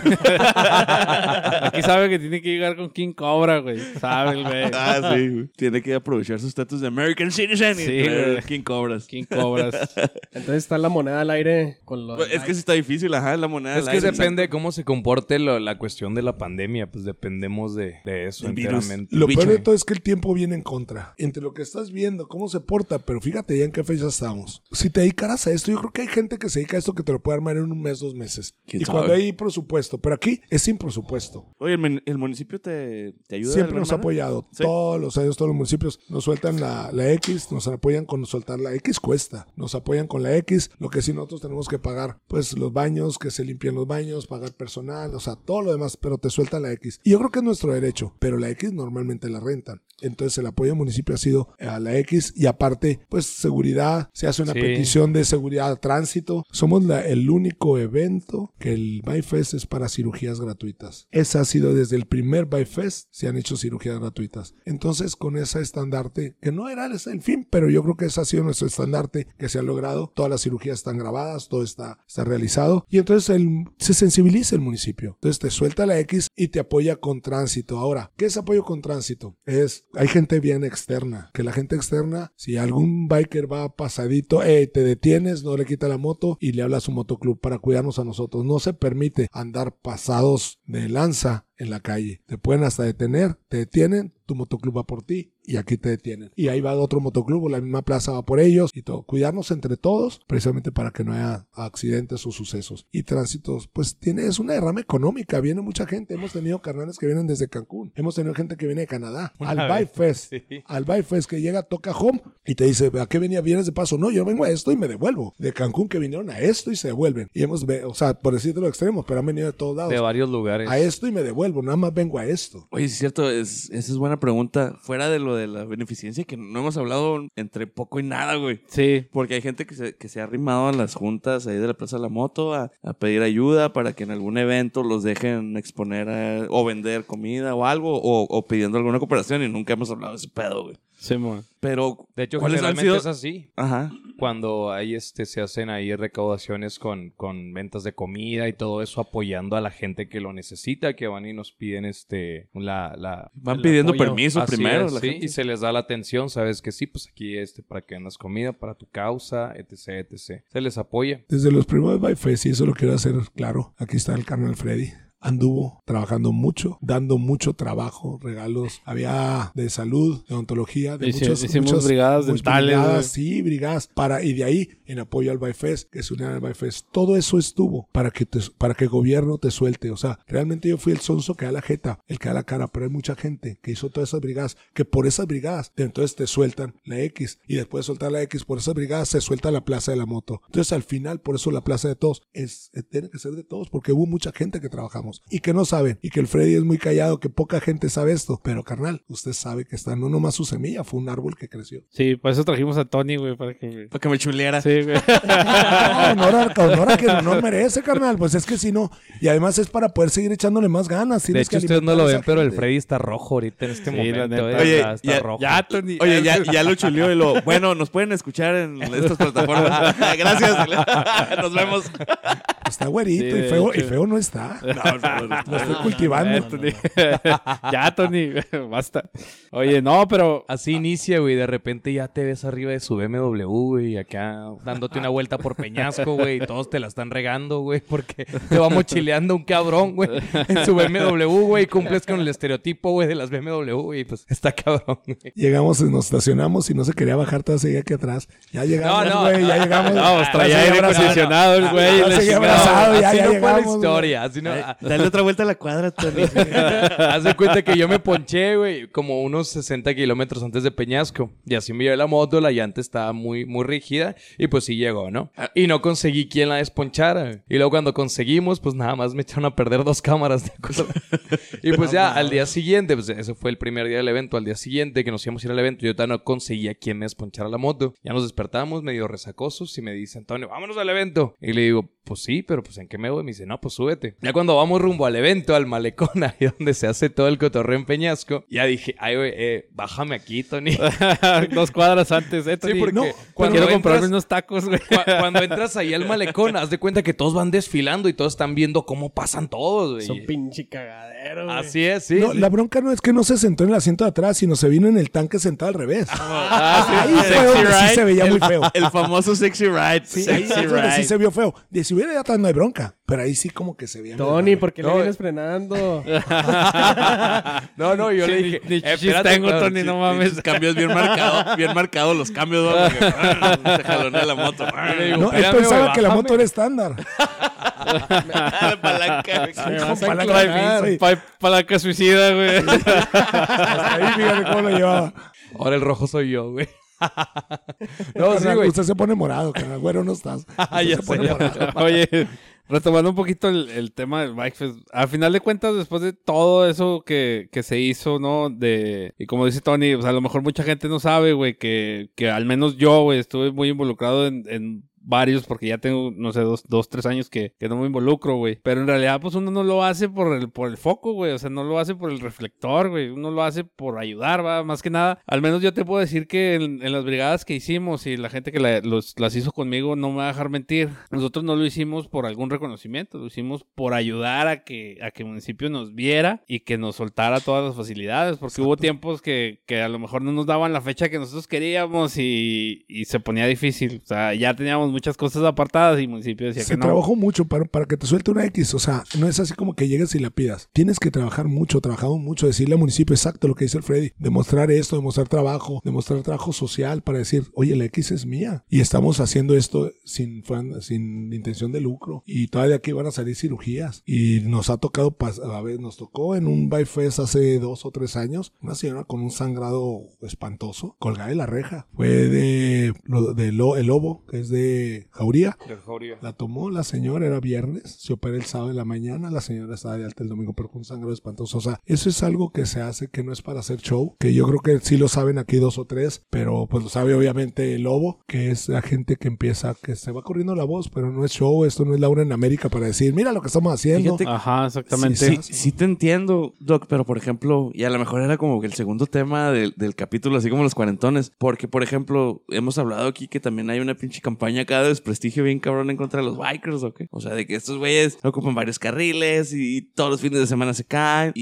Aquí sabe que tiene que llegar con King Cobra, güey. Sabe el güey. Ah, sí, güey. Tiene que aprovechar su estatus de American Citizen y Sí, traer güey. King Cobras. King Cobras. Entonces está la moneda al aire con los... Pues, es que sí está difícil, ajá, la moneda. Es al que aire, depende de cómo se comporte la cuestión de la pandemia. Pues dependemos de eso El virus. enteramente. Lo bicho. peor de todo es que el tiempo viene en contra. Entre lo que estás viendo, cómo se porta, pero fíjate ya en qué fecha estamos. Si te dedicaras a esto, yo creo que hay gente que se dedica a esto que te lo puede armar en un mes, 2 meses. ¿Quién Y sabe? cuando hay presupuesto, pero aquí es sin presupuesto. Oye, ¿el municipio te ayuda? Siempre de nos ha alguna manera? apoyado. Sí. Todos los años, todos los municipios nos sueltan la X, nos apoyan con soltar la X, cuesta. Nos apoyan con la X, lo que sí nosotros tenemos que pagar, pues los baños, que se limpien los baños, pagar personal, o sea, todo lo demás, pero te sueltan la X. Y yo creo que es nuestro derecho, pero la X normalmente la rentan. Entonces el apoyo del municipio ha sido a la X y aparte, pues seguridad, se hace una Sí. petición de seguridad a tránsito. Somos el único evento que el ByFest es para cirugías gratuitas. Esa ha sido desde el primer ByFest, se han hecho cirugías gratuitas. Entonces con ese estandarte, que no era el fin, pero yo creo que ese ha sido nuestro estandarte que se ha logrado. Todas las cirugías están grabadas, todo está realizado. Y entonces se sensibiliza el municipio. Entonces te suelta la X y te apoya con tránsito. Ahora, ¿qué es apoyo con tránsito? Hay gente bien externa, que la gente externa, si algún biker va pasadito, te detienes, no le quita la moto y le habla a su motoclub para cuidarnos a nosotros. No se permite andar pasados de lanza en la calle. Te pueden hasta detener, te detienen, tu motoclub va por ti y aquí te detienen. Y ahí va otro motoclub o la misma plaza va por ellos y todo. Cuidarnos entre todos precisamente para que no haya accidentes o sucesos. Y tránsitos, pues es una derrama económica. Viene mucha gente. Hemos tenido carnales que vienen desde Cancún. Hemos tenido gente que viene de Canadá. Al ByFest. Sí. Al ByFest que llega, toca home y te dice, ¿a qué vienes de paso? No, yo vengo a esto y me devuelvo. De Cancún que vinieron a esto y se devuelven. Y o sea, por decirte lo extremo, pero han venido de todos lados. De varios lugares. A esto y me devuelvo, nada más vengo a esto. Oye, sí es cierto, esa es buena pregunta. Fuera de lo de la beneficencia, que no hemos hablado entre poco y nada, güey. Sí. Porque hay gente que se ha arrimado a las juntas ahí de la Plaza de la Moto a pedir ayuda para que en algún evento los dejen exponer o vender comida o algo o pidiendo alguna cooperación y nunca hemos hablado de ese pedo, güey. Sí, man. Pero, De hecho, ¿cuáles han generalmente sido? es así. Ajá. Cuando hay se hacen ahí recaudaciones con ventas de comida y todo eso, apoyando a la gente que lo necesita, que van y nos piden Van el pidiendo apoyo. permiso Así primero. es, la sí, gente. y se les da la atención, sabes que sí, pues aquí para que vendas comida, para tu causa, etc, etc. Se les apoya. Desde los primeros ByFest, y eso lo quiero hacer claro, aquí está el carnal Freddy. Anduvo trabajando mucho, dando mucho trabajo, regalos. Había de salud, de odontología, de Hicimos brigadas dentales. brigadas, sí, brigadas. Y de ahí, en apoyo al ByFest, que se unían al ByFest. Todo eso estuvo para que el gobierno te suelte. O sea, realmente yo fui el sonso que da la jeta, el que da la cara, pero hay mucha gente que hizo todas esas brigadas, que por esas brigadas, entonces te sueltan la X. Y después de soltar la X, por esas brigadas se suelta la Plaza de la Moto. Entonces, al final, por eso la Plaza de Todos tiene que ser de todos, porque hubo mucha gente que trabajamos y que no saben, y que el Freddy es muy callado, que poca gente sabe esto, pero carnal, usted sabe que está no nomás su semilla, fue un árbol que creció. Sí, por eso trajimos a Tony, güey, para que... Para que me chuleara. Sí, güey. No, honor a que no merece, carnal, pues es que si no, y además es para poder seguir echándole más ganas. De tienes que hecho, ustedes no alimentar lo a ven, esa pero el gente. Freddy está rojo ahorita en este Sí, momento. la neta. Oye, está ya- rojo. Ya, Tony. Oye, ya lo chuleó y bueno, nos pueden escuchar en estas plataformas. Gracias. Nos vemos. Está güerito Sí, y de feo, hecho. y feo no está. Lo estoy cultivando. Ya, Tony, basta. Oye, no, pero... Así inicia, güey. De repente ya te ves arriba de su BMW, güey. Acá dándote una vuelta por Peñasco, güey. Y todos te la están regando, güey. Porque te va mochileando un cabrón, güey. En su BMW, güey. Cumples con el estereotipo, güey, de las BMW, güey. Pues está cabrón, güey. Llegamos, nos estacionamos y no se quería bajar, todavía seguía aquí atrás. Ya llegamos, No, güey, ya llegamos. No, pues traía Ya aire seguía abrazado. acondicionado el güey. Ya la seguía chingada. abrazado, ya Así no fue la llegamos, historia. Así no... Dale otra vuelta a la cuadra, Tony. Haz de cuenta que yo me ponché, güey, como unos 60 kilómetros antes de Peñasco. Y así me llevé la moto, la llanta estaba muy, muy rígida. Y pues sí llegó, ¿no? Y no conseguí quien la desponchara. Y luego cuando conseguimos, pues nada más me echaron a perder 2 cámaras de acuerdo. Y pues ya al día siguiente, pues ese fue el primer día del evento. Al día siguiente que nos íbamos a ir al evento, yo todavía no conseguía quien me desponchara la moto. Ya nos despertamos medio resacosos y me dice Antonio, vámonos al evento. Y le digo, pues sí, pero pues ¿en qué me voy? Me dice, no, pues súbete. Ya cuando vamos rumbo al evento, al malecón, ahí donde se hace todo el cotorreo en Peñasco, ya dije, ay, güey, bájame aquí, Tony. 2 cuadras antes, Sí, porque no, cuando quiero comprarme entras- unos tacos, güey. Cuando entras ahí al malecón, haz de cuenta que todos van desfilando y todos están viendo cómo pasan todos, güey. Es un pinche cagadero, güey. Así es, sí. No, sí. la bronca no es que no se sentó en el asiento de atrás, sino se vino en el tanque sentado al revés. Ah, Ahí fue donde sí ride. se veía muy feo. El famoso sexy ride. Sí, ahí Sexy es donde sí ride. se vio feo. De si hubiera ya atrás no hay bronca, pero ahí sí como que se veía. Tony, medio ¿por qué le No, vienes frenando? No, yo le dije, Ni chichis espérate, tengo, cabrón, Tony, sí, no mames. Los cambios bien marcados los cambios, ¿no? Porque, te jalonea la moto. le digo, No, él espérame, pensaba güey, que la bájame. moto era estándar. La palanca. Me vas a Con palanca clonar. de piso. Palanca suicida, güey. Hasta ahí fíjate cómo lo llevaba. Ahora el rojo soy yo, güey. No, sí, Carnal, güey. usted se pone morado, carnal. Güero no estás. Usted Ya se sé, pone ya morado. Oye, retomando un poquito el tema del Bike Fest. Al final de cuentas, después de todo eso que se hizo, ¿no? Y como dice Tony, o sea, a lo mejor mucha gente no sabe, güey, que al menos yo, güey, estuve muy involucrado en varios, porque ya tengo, no sé, 3 años que no me involucro, güey. Pero en realidad, pues uno no lo hace por el foco, güey. O sea, no lo hace por el reflector, güey. Uno lo hace por ayudar, va. Más que nada, al menos yo te puedo decir que en las brigadas que hicimos y la gente que las hizo conmigo no me va a dejar mentir. Nosotros no lo hicimos por algún reconocimiento, lo hicimos por ayudar a que el municipio nos viera y que nos soltara todas las facilidades, porque hubo tiempos que a lo mejor no nos daban la fecha que nosotros queríamos y se ponía difícil. O sea, ya teníamos muchas cosas apartadas y el municipio decía Se que no. trabajó mucho para que te suelte una X. O sea, no es así como que llegues y la pidas. Tienes que trabajar mucho, trabajamos mucho, decirle al municipio exacto lo que dice el Freddy. Demostrar esto, demostrar trabajo social para decir, oye, la X es mía. Y estamos haciendo esto sin intención de lucro. Y todavía aquí van a salir cirugías. Y nos ha tocado, a ver, nos tocó en un Bike Fest hace 2 o 3 años, una señora con un sangrado espantoso, colgada de la reja. Fue el lobo, que es de Jauría. La tomó la señora, era viernes, se operó el sábado de la mañana, la señora estaba de alta el domingo, pero con un sangrado espantoso. O sea, eso es algo que se hace, que no es para hacer show, que yo creo que sí lo saben aquí 2 o 3, pero pues lo sabe obviamente el lobo, que es la gente que empieza, que se va corriendo la voz, pero no es show, esto no es Laura en América para decir, mira lo que estamos haciendo. Fíjate, Ajá, exactamente. Sí te entiendo, Doc, pero por ejemplo, y a lo mejor era como que el segundo tema del capítulo, así como los cuarentones, porque por ejemplo, hemos hablado aquí que también hay una pinche campaña acá de desprestigio bien cabrón en contra de los bikers, ¿o qué? O sea, de que estos güeyes ocupan varios carriles y todos los fines de semana se caen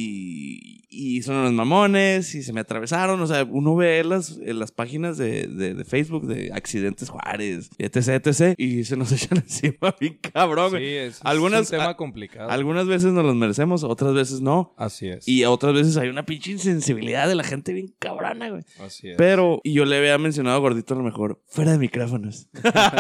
y son unos mamones y se me atravesaron. O sea, uno ve en las páginas de Facebook de accidentes Juárez, etc, y se nos echan encima bien cabrón, güey. Sí, es Algunas- un tema complicado. Algunas veces nos los merecemos, otras veces no. Así es. Y otras veces hay una pinche insensibilidad de la gente bien cabrona, güey. Así es. Pero, y yo le había mencionado a Gordito a lo mejor, fuera de micrófonos.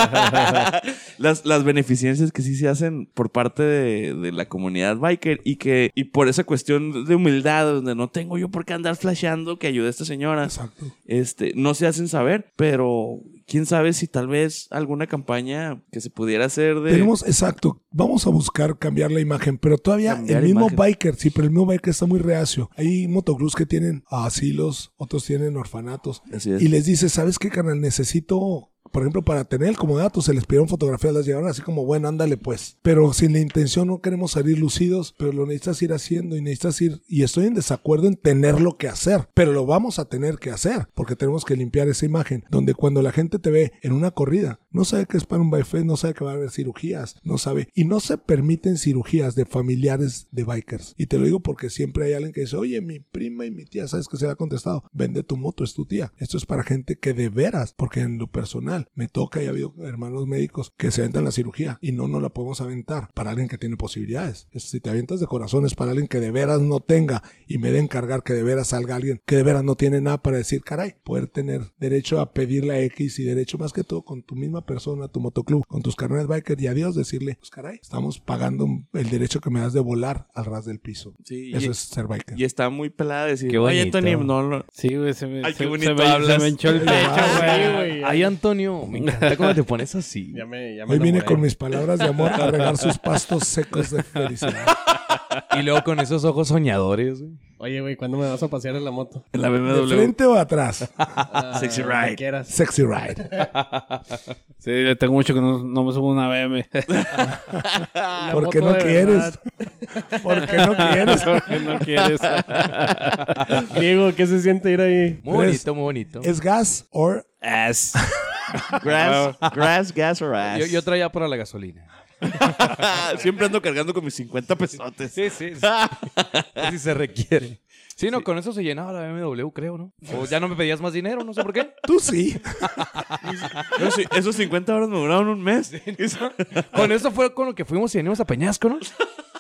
las beneficencias que sí se hacen por parte de la comunidad biker y por esa cuestión de humildad, donde no tengo yo por qué andar flasheando que ayude a esta señora. Exacto. No se hacen saber, pero quién sabe si tal vez alguna campaña que se pudiera hacer de... Exacto, vamos a buscar cambiar la imagen, pero todavía Cambiar el mismo imagen. biker, sí, pero el mismo biker está muy reacio. Hay motoclubs que tienen asilos, otros tienen orfanatos, Así es. y les dice, ¿sabes qué, carnal? Necesito, por ejemplo, para tener el comodato, se les pidieron fotografías, las llevaron así como, bueno, ándale pues. Pero sin la intención, no queremos salir lucidos, pero lo necesitas ir haciendo y necesitas ir, y estoy en desacuerdo en tenerlo que hacer, pero lo vamos a tener que hacer, porque tenemos que limpiar esa imagen, donde cuando la gente te ve en una corrida, no sabe que es para un bike fest, no sabe que va a haber cirugías, no sabe, y no se permiten cirugías de familiares de bikers. Y te lo digo porque siempre hay alguien que dice, oye, mi prima y mi tía, ¿sabes qué se le ha contestado? Vende tu moto, es tu tía. Esto es para gente que de veras, porque en lo personal me toca y ha habido hermanos médicos que se aventan la cirugía y no la podemos aventar para alguien que tiene posibilidades. Si te avientas de corazón es para alguien que de veras no tenga y me de encargar que de veras salga alguien que de veras no tiene nada para decir, caray, poder tener derecho a pedir la X y derecho más que todo con tu misma persona, tu motoclub, con tus carnets biker y a Dios decirle, pues caray, estamos pagando el derecho que me das de volar al ras del piso. Sí, Eso es ser biker. Y está muy pelada decir, Qué oye, bonito. Tony, no. Sí, güey, se me, Ay, qué se, bonito se me, hablas. se me hinchó el pecho, Sí, güey. güey. Ay, Antonio, me encanta cómo te pones así. Ya me Hoy vine enamoré. con mis palabras de amor a regar sus pastos secos de felicidad. Y luego con esos ojos soñadores, güey. Oye, güey, ¿cuándo me vas a pasear en la moto? En la ¿De BMW. frente o atrás? Sexy Donde ride. quieras. Sexy ride. Sí, le tengo mucho que no me subo una BM. La ¿Por qué moto no de quieres? verdad. ¿Por qué no quieres? Porque no quieres. Diego, ¿qué se siente ir ahí? Muy bonito, muy bonito. ¿Es gas o Ass. Grass, gas or ass. Yo traía para la gasolina. Siempre ando cargando con mis 50 pesotes. Sí. Si se requiere. Sí, no, con eso se llenaba la BMW, creo, ¿no? O ya no me pedías más dinero, no sé por qué. tú sí? Esos 50 horas me duraron un mes. Con eso fue con lo que fuimos y venimos a Peñasco, ¿no?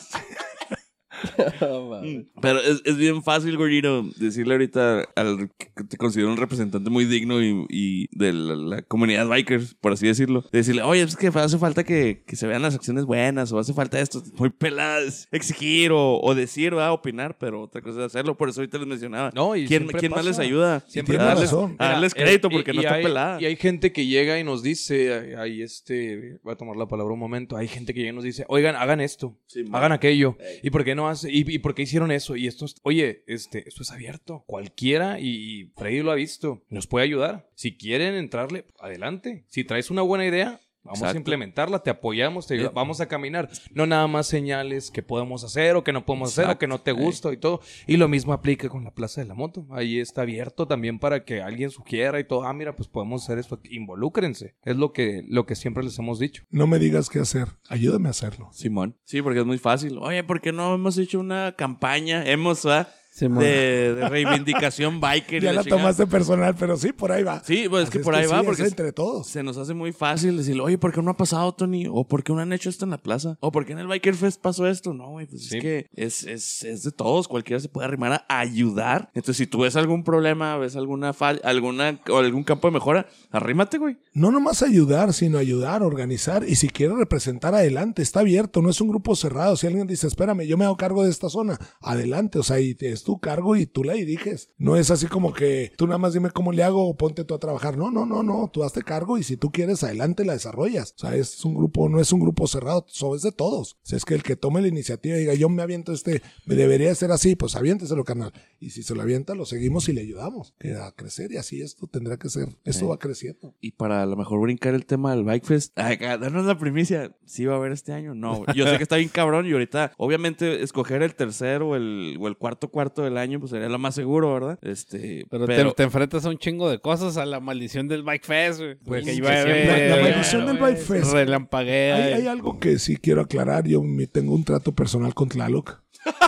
Pero es bien fácil, gordito, decirle ahorita al que te considero un representante muy digno y de la comunidad bikers, por así decirlo. Decirle, oye, es que hace falta que se vean las acciones buenas o hace falta esto. Muy peladas. Exigir o decir, opinar, pero otra cosa es hacerlo. Por eso ahorita les mencionaba. No, y ¿Quién siempre más pasa. les ayuda? Siempre a darles, razón. a darles Mira, crédito porque no está hay, pelada. Y hay gente que llega y nos dice, voy a tomar la palabra un momento, hay gente que llega y nos dice, oigan, hagan esto, Sí, hagan aquello, ¿y por qué no hace? ¿Y por qué hicieron eso? Y esto, oye, esto es abierto, cualquiera, y Freddy lo ha visto, nos puede ayudar. Si quieren entrarle, adelante. Si traes una buena idea, vamos Exacto. a implementarla, te apoyamos, te ayudamos, vamos a caminar. No nada más señales que podemos hacer o que no podemos hacer o que no te gusta y todo. Y lo mismo aplica con la Plaza de la Moto. Ahí está abierto también para que alguien sugiera y todo. Mira, pues podemos hacer esto. Involúcrense. Es lo que siempre les hemos dicho. No me digas qué hacer. Ayúdame a hacerlo. Simón. Sí, porque es muy fácil. Oye, ¿por qué no hemos hecho una campaña? Simón. De reivindicación biker. y Ya la chingada? tomaste personal, pero sí, por ahí va. Sí, pues es Así que por ahí va, sí, porque es entre todos. se nos hace muy fácil decirle, oye, ¿por qué no ha pasado, Tony? O ¿por qué no han hecho esto en la plaza? O ¿por qué en el Biker Fest pasó esto? No, güey, pues Sí. es que es de todos. Cualquiera se puede arrimar a ayudar. Entonces, si tú ves algún problema, ves alguna falla, o algún campo de mejora, arrímate, güey. No nomás ayudar, sino ayudar, organizar. Y si quieres representar, adelante. Está abierto, no es un grupo cerrado. Si alguien dice, espérame, yo me hago cargo de esta zona, adelante. O sea, y es tu cargo y tú la diriges. No es así como que tú nada más dime cómo le hago o ponte tú a trabajar. No. Tú hazte cargo y si tú quieres, adelante la desarrollas. O sea, es un grupo, no es un grupo cerrado, es de todos. O sea, es que el que tome la iniciativa y diga, yo me aviento me debería ser así, pues aviénteselo, carnal. Y si se lo avienta, lo seguimos y le ayudamos a crecer y así esto tendrá que ser. Esto va creciendo. Y para a lo mejor brincar el tema del Bike Fest, darnos la primicia, ¿sí va a haber este año? No, yo sé que está bien cabrón y ahorita, obviamente, escoger el tercero o el cuarto del año, pues sería lo más seguro, ¿verdad? Pero te enfrentas a un chingo de cosas, a la maldición del Bike Fest, güey. Pues que sí, llueve, La maldición del Bike Fest. relampaguea. Hay algo que sí quiero aclarar. Yo tengo un trato personal con Tlaloc.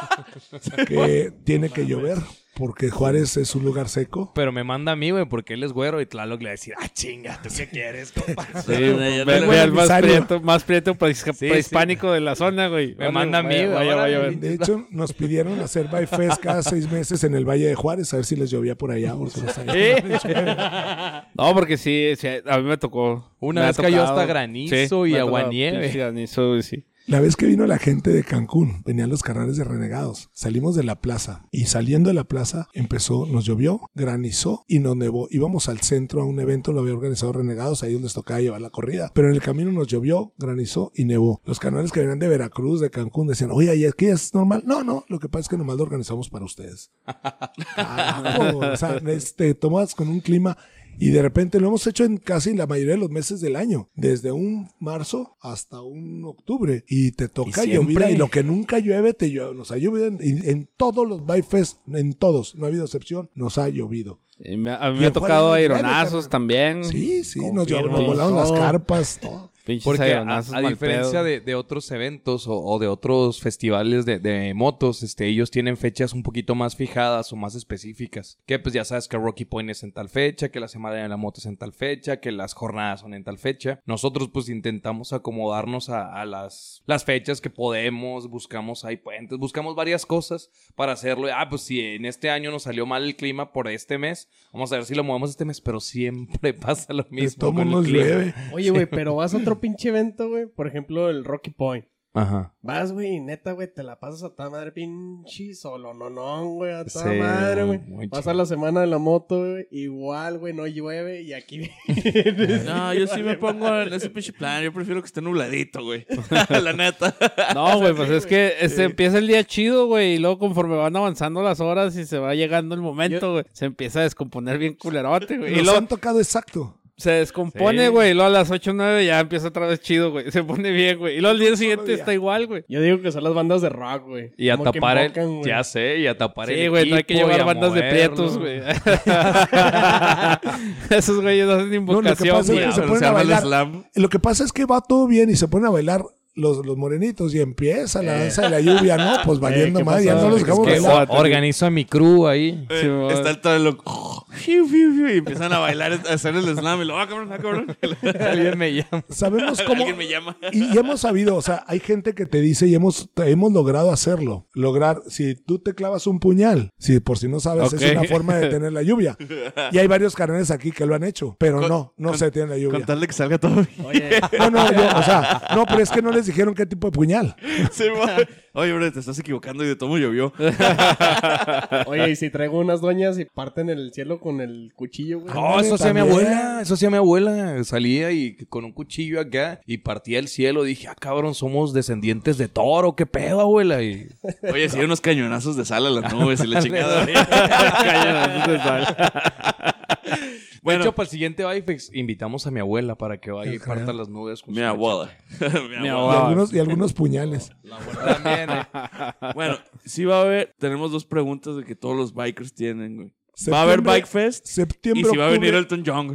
Que tiene que llover. Porque Juárez es un lugar seco. Pero me manda a mí, güey, porque él es güero y Tlaloc le va a decir, chinga, ¿tú qué quieres, compa? Sí, ya ve tengo al el emisario. más prieto prehispánico de la zona, güey. Me manda a mí, güey, vaya, órale. vaya. De hecho, nos pidieron hacer Bike Fest cada 6 meses en el Valle de Juárez. A ver si les llovía por allá. O se los No, porque sí, a mí me tocó. Una Me vez ha cayó tocado. hasta granizo y me ha tocado aguanieve. pinche granizo, güey, sí. La vez que vino la gente de Cancún, venían los carnales de Renegados. Salimos de la plaza y saliendo de la plaza nos llovió, granizó y nos nevó. Íbamos al centro a un evento, lo había organizado Renegados, ahí donde les tocaba llevar la corrida. Pero en el camino nos llovió, granizó y nevó. Los carnales que venían de Veracruz, de Cancún, decían, oye, ¿y aquí es normal? No, lo que pasa es que nomás lo organizamos para ustedes. Carajo, o sea, tomas con un clima. Y de repente lo hemos hecho en casi la mayoría de los meses del año, desde un marzo hasta un octubre. Y te toca llovida y lo que nunca llueve, nos ha llovido en todos los Bike Fest, en todos, no ha habido excepción, nos ha llovido. A mí me Y ha en tocado Juárez no llueve, aeronazos carnal. también. Sí, nos Confirmo. volaron las carpas, todo. Pinches Porque aeronazos a mal diferencia pedo. de otros eventos o de otros festivales de motos, ellos tienen fechas un poquito más fijadas o más específicas. Que pues ya sabes que Rocky Point es en tal fecha, que la Semana de la Moto es en tal fecha, que las jornadas son en tal fecha. Nosotros pues intentamos acomodarnos a las fechas que podemos, buscamos ahí puentes, buscamos varias cosas para hacerlo. Pues si en este año nos salió mal el clima por este mes, vamos a ver si lo movemos este mes, pero siempre pasa lo mismo Todo con el nos clima. llueve. Oye, güey, pero vas a otro pinche evento, güey. Por ejemplo, el Rocky Point. Ajá. Vas, güey, y neta, güey, te la pasas a toda madre, pinche solo, no, güey, a toda Sí, madre, güey. muy Pasa chido. la semana de la moto, güey, igual, güey, no llueve y aquí No, yo sí me pongo en ese pinche plan. Yo prefiero que esté nubladito, güey. La neta. No, güey, pues es que empieza el día chido, güey, y luego conforme van avanzando las horas y se va llegando el momento, güey, se empieza a descomponer bien culerote, güey. Y Nos luego han tocado exacto. se descompone, Sí. güey, y luego a las 8 o 9 ya empieza otra vez chido, güey. Se pone bien, güey. Y luego al día siguiente día. está igual, güey. Yo digo que son las bandas de rock, güey. Y a Como que tapar invocan, el... güey. Ya sé, y a tapar el Sí, güey, no hay que equipo y llevar a bandas de moverlo. prietos, güey. Esos güeyes hacen invocación, pasa es güey. que se ponen Se a arma el bailar. slam. Lo que pasa es que va todo bien y se ponen a bailar los morenitos y empieza la danza de la lluvia, ¿no? Pues valiendo ¿qué más, ya pasó? no los Es dejamos Que bailar. organizo a mi crew ahí. Sí, güey. Está el todo loco. Y empiezan a bailar, a hacer el slam. Y luego, cabrón. Alguien me llama. Sabemos cómo... Alguien me llama. Y hemos sabido, o sea, hay gente que te dice y hemos logrado hacerlo. Lograr, si tú te clavas un puñal, si por si no sabes, Ok. es una forma de detener la lluvia. Y hay varios carnales aquí que lo han hecho, pero no se detiene la lluvia. Con tal de que salga todo bien. Oye, No, pero es que no les dijeron qué tipo de puñal. Sí, oye, bro, te estás equivocando y de todo llovió. oye, y si traigo unas doñas y parten el cielo con el cuchillo, güey. No, eso hacía mi también. abuela, eso hacía mi abuela. Salía y con un cuchillo acá y partía el cielo. Dije, cabrón, somos descendientes de toro, qué pedo, abuela. Y Oye, sí, unos cañonazos de sal a las nubes y la chingada. de hecho, para el siguiente Bifex invitamos a mi abuela para que vaya y parta las nubes. Con Mi su abuela. Mi Y abuela. algunos puñales. La abuela también, Bueno, sí va a haber. Tenemos dos preguntas de que todos los bikers tienen, güey. Va a haber Septiembre- Bike Fest. Y Septiembre, si va a venir octubre. Elton John, güey.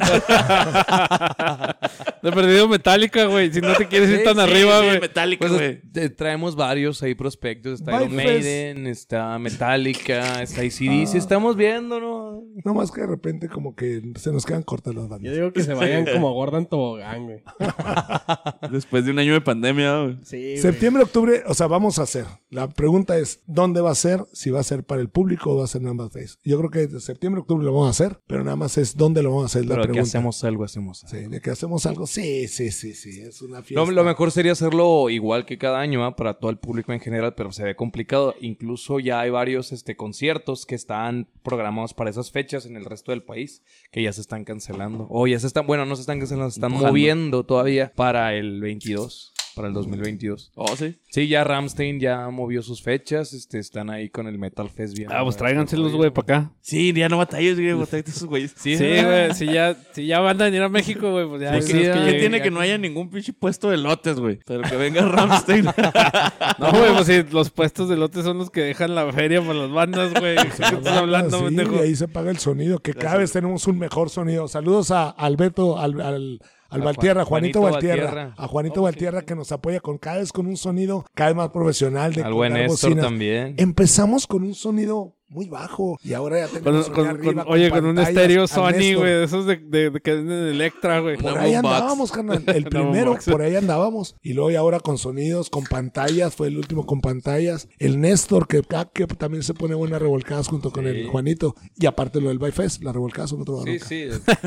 De perdido Metallica, güey. Si no te quieres ir tan arriba, güey. Metallica, Pues güey. traemos varios ahí prospectos. Está Iron Bike Fest. Maiden, está Metallica, está AC/DC. Estamos viendo, ¿no? No más que de repente como que se nos quedan cortas las Yo bandas. digo que se vayan como Gordon Tobogán, güey. Después de un año de pandemia, güey. Sí, güey. Septiembre, octubre, o sea, vamos a hacer. La pregunta es, ¿dónde va a ser? Si va a ser para el público o va a ser nada más face. Yo creo que de septiembre, octubre lo vamos a hacer, pero nada más es dónde lo vamos a hacer. La Pero que pregunta. hacemos algo, hacemos algo. Sí, de que hacemos algo. Sí, es una fiesta. Lo mejor sería hacerlo igual que cada año, ¿ah? Para todo el público en general, pero se ve complicado. Incluso ya hay varios conciertos que están programados para esas fechas en el resto del país, que ya se están cancelando. O ya se están, bueno, no se están cancelando, se están Empujando. moviendo todavía para el 22, para el 2022. Oh, sí. Sí, ya Rammstein ya movió sus fechas, están ahí con el Metal Fest bien. Ah, pues tráiganselos, güey, para acá. Sí, ya no batalles, güey. Batalles esos güeyes. Sí, güey. Si ya van a venir a México, güey, pues ya. Pues hay sí, unos que ¿qué ¿Qué lleguen tiene acá. que no haya ningún pinche puesto de lotes, güey? Pero que venga Rammstein. No, güey, pues sí, los puestos de lotes son los que dejan la feria para las bandas, güey. ¿Qué estás hablando, Sí, pendejo? y ahí se paga el sonido, que cada vez tenemos un mejor sonido. Saludos al Beto, al Valtierra, Juanito Juanito Valtierra. Valtierra. A Juanito Valtierra que nos apoya con cada vez con un sonido cada vez más profesional. De Al buen colgar Néstor bocinas. también. Empezamos con un sonido muy bajo y ahora ya tenemos sonido arriba, Oye, con un pantallas, estéreo al Sony, Néstor. güey, de esos de que venden en Electra, güey. Por Una ahí boombox. andábamos, carnal. El primero, boombox. por ahí andábamos. Y luego y ahora con sonidos, con pantallas, fue el último con pantallas. El Néstor, que también se pone buenas revolcadas junto con el Juanito. Y aparte lo del Byfest, las revolcadas son otro Sí, bronca. sí.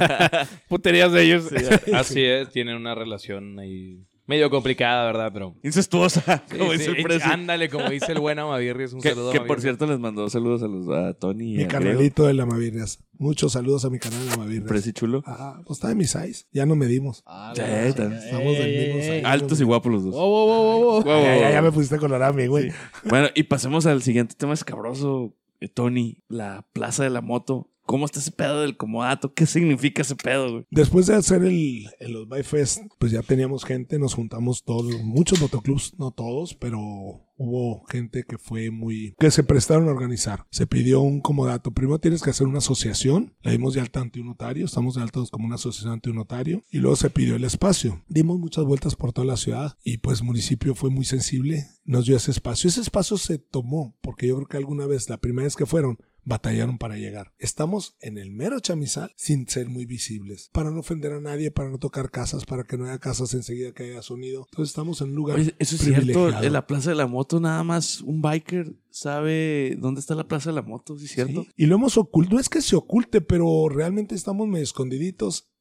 Puterías de ellos. Así es, tienen una relación ahí medio complicada, ¿verdad? Pero... Incestuosa. Como Sí, dice sí, el precio. ándale, como dice el buen Amavirri, es un Que saludo a por Amavirri. cierto les mandó saludos a Tony y Mi a canalito de la Mavirrias. Muchos saludos a mi canal de la Mavirrias. Preci chulo. Ah, pues está de mi size. Ya no medimos. Sí, Estamos del mismo size. altos y guapos los dos. Wow. Ya me pusiste colorado a mí, güey. Bueno, y pasemos al siguiente tema escabroso, Tony. La plaza de la moto. ¿Cómo está ese pedo del comodato? ¿Qué significa ese pedo, güey? Después de hacer los Byfest, pues ya teníamos gente, nos juntamos todos, muchos motoclubs, no todos, pero hubo gente que se prestaron a organizar. Se pidió un comodato. Primero tienes que hacer una asociación, la dimos de alta ante un notario, estamos de alta como una asociación ante un notario, y luego se pidió el espacio. Dimos muchas vueltas por toda la ciudad y pues el municipio fue muy sensible, nos dio ese espacio. Ese espacio se tomó porque yo creo que alguna vez, la primera vez que fueron, batallaron para llegar. Estamos en el mero chamizal sin ser muy visibles, para no ofender a nadie, para no tocar casas, para que no haya casas enseguida que haya sonido. Entonces estamos en un lugar Oye, eso es cierto. privilegiado. En la plaza de la moto nada más un biker sabe dónde está la plaza de la moto, ¿sí es cierto? Sí, y lo hemos oculto, no es que se oculte, pero realmente estamos medio escondiditos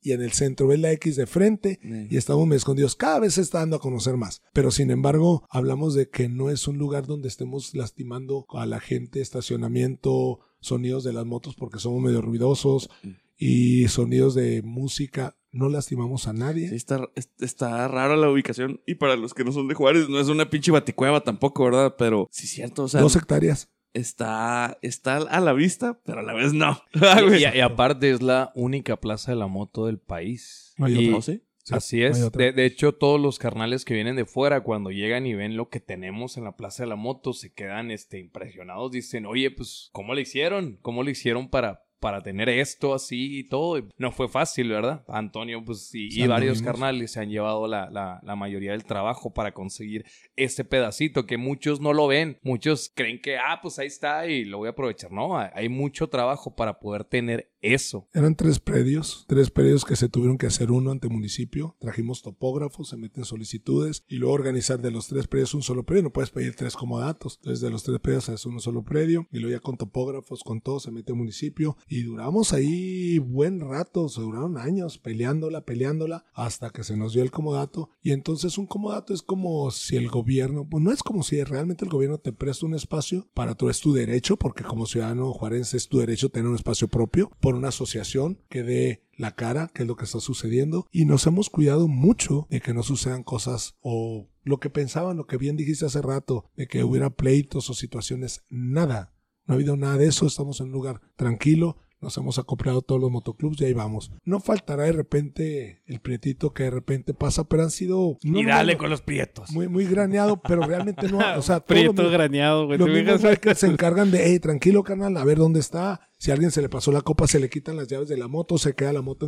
y en el centro ves la X de frente y estamos medio escondidos. Cada vez se está dando a conocer más. Pero sin embargo, hablamos de que no es un lugar donde estemos lastimando a la gente, estacionamiento, sonidos de las motos porque somos medio ruidosos y sonidos de música. No lastimamos a nadie. Sí, está rara la ubicación. Y para los que no son de Juárez, no es una pinche baticueva tampoco, ¿verdad? Pero sí es cierto, o sea... 2 hectáreas. Está a la vista, pero a la vez no. Y aparte es la única plaza de la moto del país. No hay Y- otra. ¿No? ¿Sí? Sí, Así no hay es. otra. De hecho, todos los carnales que vienen de fuera, cuando llegan y ven lo que tenemos en la Plaza de la Moto, se quedan impresionados. Dicen, oye, pues, ¿cómo le hicieron? ¿Cómo le hicieron para tener esto así y todo? No fue fácil, ¿verdad? Antonio, pues, y varios carnales se han llevado la mayoría del trabajo para conseguir este pedacito que muchos no lo ven. Muchos creen que, pues ahí está y lo voy a aprovechar. No, hay mucho trabajo para poder tener eso. Eran 3 predios que se tuvieron que hacer uno ante municipio. Trajimos topógrafos, se meten solicitudes y luego organizar de los 3 predios un solo predio. No puedes pedir 3 comodatos. Entonces de los 3 predios haces un solo predio y luego ya con topógrafos, con todo, se mete el municipio y duramos ahí buen rato. Se duraron años peleándola hasta que se nos dio el comodato. Y entonces un comodato es como si el gobierno, pues no es como si realmente el gobierno te presta un espacio para es tu derecho, porque como ciudadano juarense es tu derecho tener un espacio propio por una asociación que dé la cara, que es lo que está sucediendo, y nos hemos cuidado mucho de que no sucedan cosas o lo que pensaban, lo que bien dijiste hace rato, de que hubiera pleitos o situaciones, nada, no ha habido nada de eso, estamos en un lugar tranquilo, nos hemos acoplado todos los motoclubs y ahí vamos. No faltará de repente el prietito que de repente pasa, pero han sido... Y dale con los prietos. Muy, muy graneado, pero realmente no, o sea, Prieto graneado, güey. los ¿Te mismos fijas? bikers se encargan de, hey, tranquilo, carnal, a ver dónde está. Si a alguien se le pasó la copa, se le quitan las llaves de la moto, se queda la moto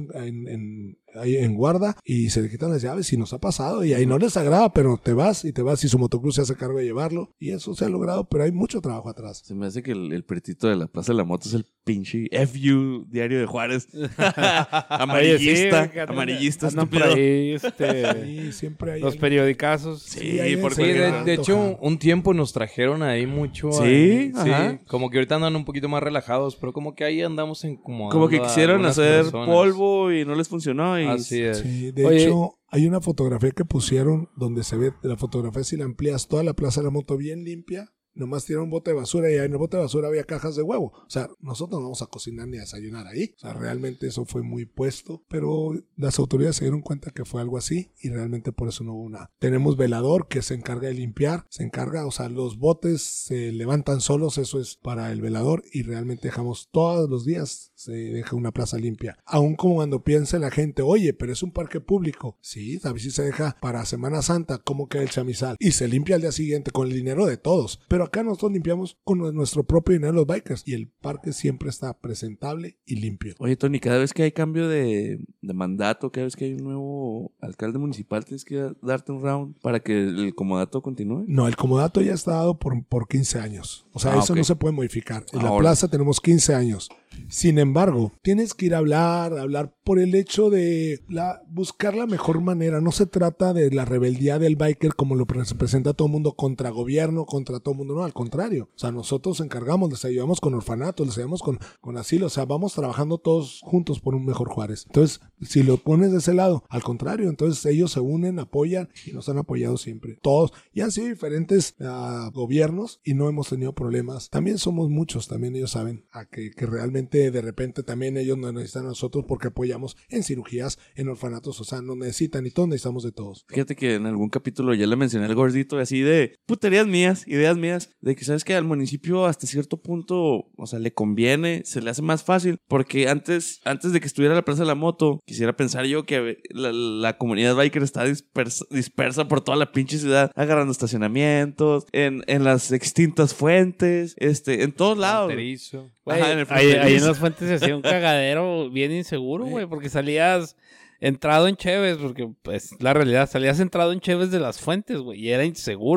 ahí en guarda y se le quitan las llaves y nos ha pasado. Y ahí no les agrada, pero te vas y su motoclub se hace cargo de llevarlo. Y eso se ha logrado, pero hay mucho trabajo atrás. Se me hace que el pretito de la Plaza de la Moto es el pinche FU Diario de Juárez. Amarillista. Oye, sí, amarillista, andan por estúpido. ahí, Sí, siempre hay... los periodicazos. Sí, hay porque... Sí, de Antoja. hecho, un tiempo nos trajeron ahí mucho. Sí, ajá. Como que ahorita andan un poquito más relajados, pero como que ahí andamos incomodando. Como que a quisieron algunas hacer personas. polvo y no les funcionó. Y... Así es. Sí, de Oye. hecho, hay una fotografía que pusieron donde se ve, la fotografía si la amplías toda la Plaza de la Moto bien limpia, nomás tiraron un bote de basura y ahí en el bote de basura había cajas de huevo. O sea, nosotros no vamos a cocinar ni a desayunar ahí. O sea, realmente eso fue muy puesto, pero las autoridades se dieron cuenta que fue algo así y realmente por eso no hubo nada. Tenemos velador que se encarga de limpiar, o sea, los botes se levantan solos, eso es para el velador y realmente dejamos todos los días, se deja una plaza limpia. Aún como cuando piensa la gente, oye, pero es un parque público. Sí, a veces se deja para Semana Santa, como queda el chamizal, y se limpia al día siguiente con el dinero de todos. Pero acá nosotros limpiamos con nuestro propio dinero los bikers y el parque siempre está presentable y limpio. Oye, Tony, cada vez que hay cambio de mandato, cada vez que hay un nuevo alcalde municipal, tienes que darte un round para que el comodato continúe. No, el comodato ya está dado por 15 años. O sea, eso ok. no se puede modificar. En la Ahora. plaza tenemos 15 años. Sin embargo, tienes que ir a hablar por el hecho de buscar la mejor manera. No se trata de la rebeldía del biker como lo presenta todo el mundo contra gobierno, contra todo el mundo. No, al contrario. O sea, nosotros encargamos, les ayudamos con orfanatos, les ayudamos con asilo. O sea, vamos trabajando todos juntos por un mejor Juárez. Entonces, si lo pones de ese lado, al contrario, entonces ellos se unen, apoyan y nos han apoyado siempre. Todos. Y han sido diferentes gobiernos y no hemos tenido problemas. También somos muchos, también ellos saben que realmente de repente también ellos nos necesitan a nosotros porque apoyamos en cirugías, en orfanatos, o sea, nos necesitan y todos necesitamos de todos. Fíjate que en algún capítulo ya le mencioné al gordito así de puterías mías, ideas mías, de que sabes que al municipio hasta cierto punto, o sea, le conviene, se le hace más fácil, porque antes de que estuviera la Plaza de la Moto, quisiera pensar yo que la comunidad biker está dispersa por toda la pinche ciudad, agarrando estacionamientos, en las extintas fuentes, en todos lados. Fronterizo. Güey, Ajá, en el ahí fronterizo. en las fuentes se hacía un cagadero bien inseguro, güey, porque salías entrado en Cheves, porque pues la realidad, salías entrado en Cheves de las fuentes, güey, y era inseguro, cabrón.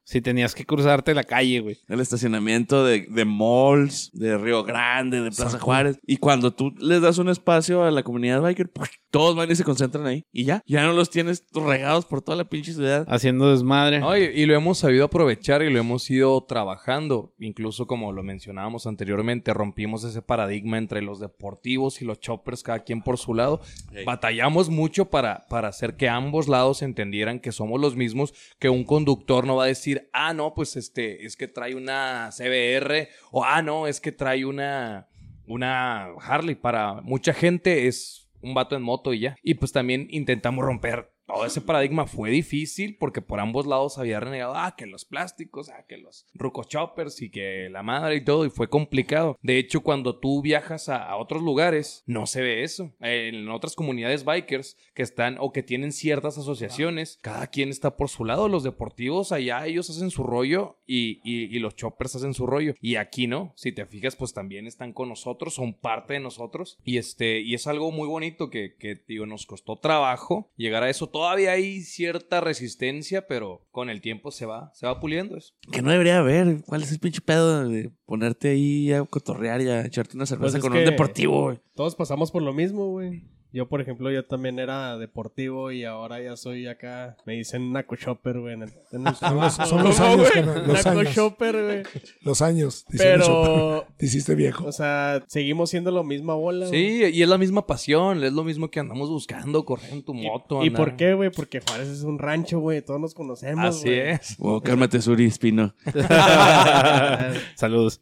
si tenías que cruzarte la calle, güey. El estacionamiento de malls, de Río Grande, de Plaza Juárez. Y cuando tú les das un espacio a la comunidad biker, todos van y se concentran ahí. Y ya no los tienes regados por toda la pinche ciudad. Haciendo desmadre. No, y lo hemos sabido aprovechar y lo hemos ido trabajando. Incluso como lo mencionábamos anteriormente, rompimos ese paradigma entre los deportivos y los choppers, cada quien por su lado. Hey. Batallamos mucho para hacer que ambos lados entendieran que somos los mismos, que un conductor no va a decir, no, pues es que trae una CBR, o no, es que trae una Harley. Para mucha gente es un vato en moto y ya. Y pues también intentamos romper todo ese paradigma. Fue difícil porque por ambos lados había renegado, que los plásticos, que los ruco choppers y que la madre y todo, y fue complicado. De hecho, cuando tú viajas a otros lugares, no se ve eso. En otras comunidades bikers que están o que tienen ciertas asociaciones, cada quien está por su lado. Los deportivos allá, ellos hacen su rollo y los choppers hacen su rollo. Y aquí no, si te fijas, pues también están con nosotros, son parte de nosotros. Y es algo muy bonito que digo, nos costó trabajo llegar a eso. Todavía hay cierta resistencia, pero con el tiempo se va puliendo eso. Que no debería haber. ¿Cuál es el pinche pedo de ponerte ahí a cotorrear y a echarte una cerveza con un deportivo, güey? Todos pasamos por lo mismo, güey. Yo, por ejemplo, yo también era deportivo y ahora ya soy acá. Me dicen Naco Chopper, güey. Son los años, carnal, los Naco años. Chopper, güey. Los años. Pero, te hiciste viejo. o sea, seguimos siendo la misma bola, güey. Sí, y es la misma pasión, es lo mismo que andamos buscando, correr en tu moto. ¿Y andar. por qué, güey? Porque Juárez es un rancho, güey. Todos nos conocemos, Así güey. es. Oh, cálmate, Suri Espino. Saludos.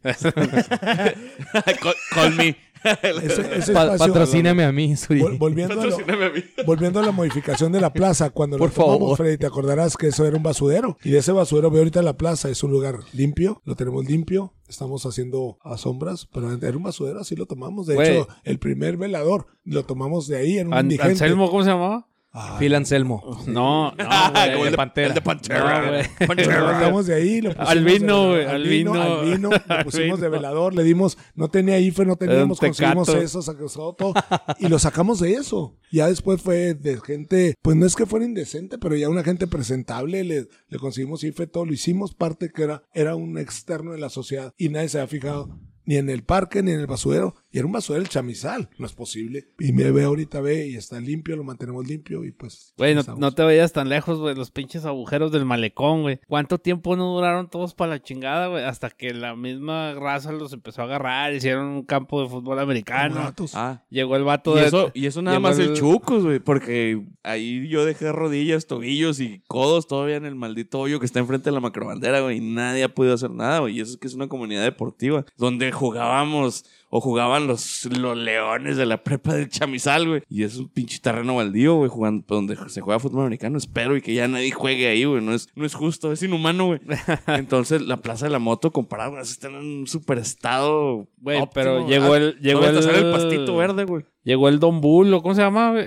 Call me. Ese espacio- Patrocíname a mí, Suri. Volviendo a la modificación de la plaza, cuando Por lo tomamos, favor. Freddy, te acordarás que eso era un basurero. Y de ese basurero, ve ahorita la plaza, es un lugar limpio, lo tenemos limpio, estamos haciendo a sombras, pero era un basurero, así lo tomamos. De Güey. hecho, el primer velador lo tomamos de ahí, en un indigente. ¿Anselmo cómo se llamaba? Phil Anselmo. No, El de Pantera. El de Pantera. No, güey. Lo sacamos de ahí, lo pusimos Albino, güey, Albino, Albino. lo pusimos de velador, le dimos, no tenía IFE, no teníamos, Era un conseguimos tecato. eso, Sacasoto, y lo sacamos de eso. Ya después fue de gente, pues no es que fuera indecente, pero ya una gente presentable, le conseguimos IFE, todo lo hicimos parte que era un externo de la sociedad y nadie se había fijado ni en el parque ni en el basurero. Y era un basurero el chamizal, no es posible. Y me ve ahorita, y está limpio, lo mantenemos limpio y pues... Güey, estamos. no te vayas tan lejos, güey. Los pinches agujeros del malecón, güey. ¿Cuánto tiempo no duraron todos para la chingada, güey? Hasta que la misma raza los empezó a agarrar. Hicieron un campo de fútbol americano. Como gatos. Llegó el vato Y eso nada llegó más el Chucos, güey. Porque ahí yo dejé rodillas, tobillos y codos todavía en el maldito hoyo que está enfrente de la macrobandera, güey. Y nadie ha podido hacer nada, güey. Y eso es que es una comunidad deportiva donde jugábamos o jugaban los leones de la prepa del Chamizal, güey. Y es un pinche terreno baldío, güey, jugando donde se juega fútbol americano. Espero y que ya nadie juegue ahí, güey. No es justo, es inhumano, güey. Entonces, la Plaza de la Moto, comparado con eso, está en un super estado. Güey, óptimo, pero llegó donde te sale el pastito verde, güey. Llegó el Don Bull, ¿o cómo se llama, güey?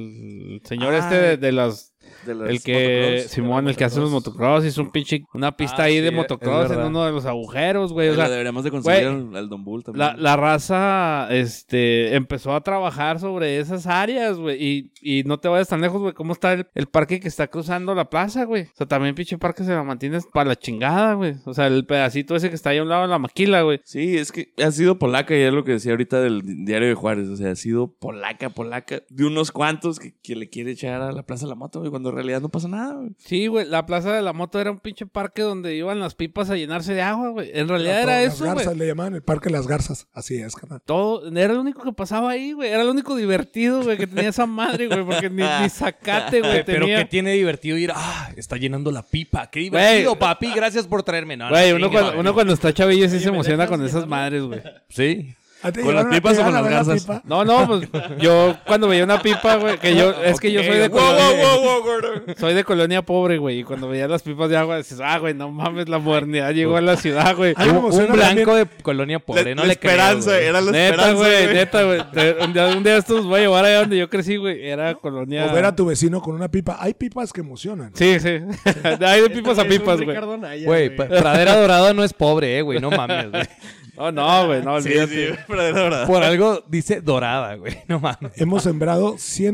El señor de las... De las El que, motocross. Simón, el que hace los motocross, hizo una pista ahí sí, de es motocross en verdad. uno de los agujeros, güey. O sea, Deberíamos de conseguir güey, al Don Bull también. la raza, empezó a trabajar sobre esas áreas, güey. Y no te vayas tan lejos, güey. ¿Cómo está el parque que está cruzando la plaza, güey? O sea, también pinche parque se la mantienes para la chingada, güey. O sea, el pedacito ese que está ahí a un lado de la maquila, güey. Sí, es que ha sido polaca, y es lo que decía ahorita del diario de Juárez. O sea, ha sido polaca, de unos cuantos que le quiere echar a la Plaza de la Moto, güey, cuando en realidad no pasa nada, güey. Sí, güey, la Plaza de la Moto era un pinche parque donde iban las pipas a llenarse de agua, güey. En realidad era Las eso, garzas, güey. le llamaban el Parque Las Garzas. Así es, carnal. Todo, era lo único que pasaba ahí, güey. Era lo único divertido, güey, que tenía esa madre, güey. Porque ni zacate, güey, Pero tenía. que tiene divertido ir, está llenando la pipa. Qué divertido, Güey. papi. Gracias por traerme. No, Güey, no, uno, chingue, cuando, uno cuando está chavillo sí se emociona con esas llenarlo. madres, güey. Sí. ¿A ti ¿Con las llevaron a pipas o pegar con a las ver la garzas? pipa? No, pues yo cuando veía una pipa, güey, que yo, es que yo soy de colonia, soy de colonia pobre, güey, y cuando veía las pipas de agua, dices, güey, no mames, la modernidad llegó a la ciudad, güey. A mí me Un emociona blanco de colonia pobre, no la le creo, esperanza, güey. era la Neta, esperanza, güey, neta, güey. Un día estos los voy a llevar allá donde yo crecí, güey. Era colonia. O ver a tu vecino con una pipa. Hay pipas que emocionan. Sí, sí. Hay de pipas a Es un pipas, güey. Ricardo Anaya, Güey, Pradera Dorada no es pobre, güey. No mames, güey. Oh, no, güey, no, Sí, olvídate. sí, pradera dorada. Por algo dice dorada, güey. No mames. Hemos sembrado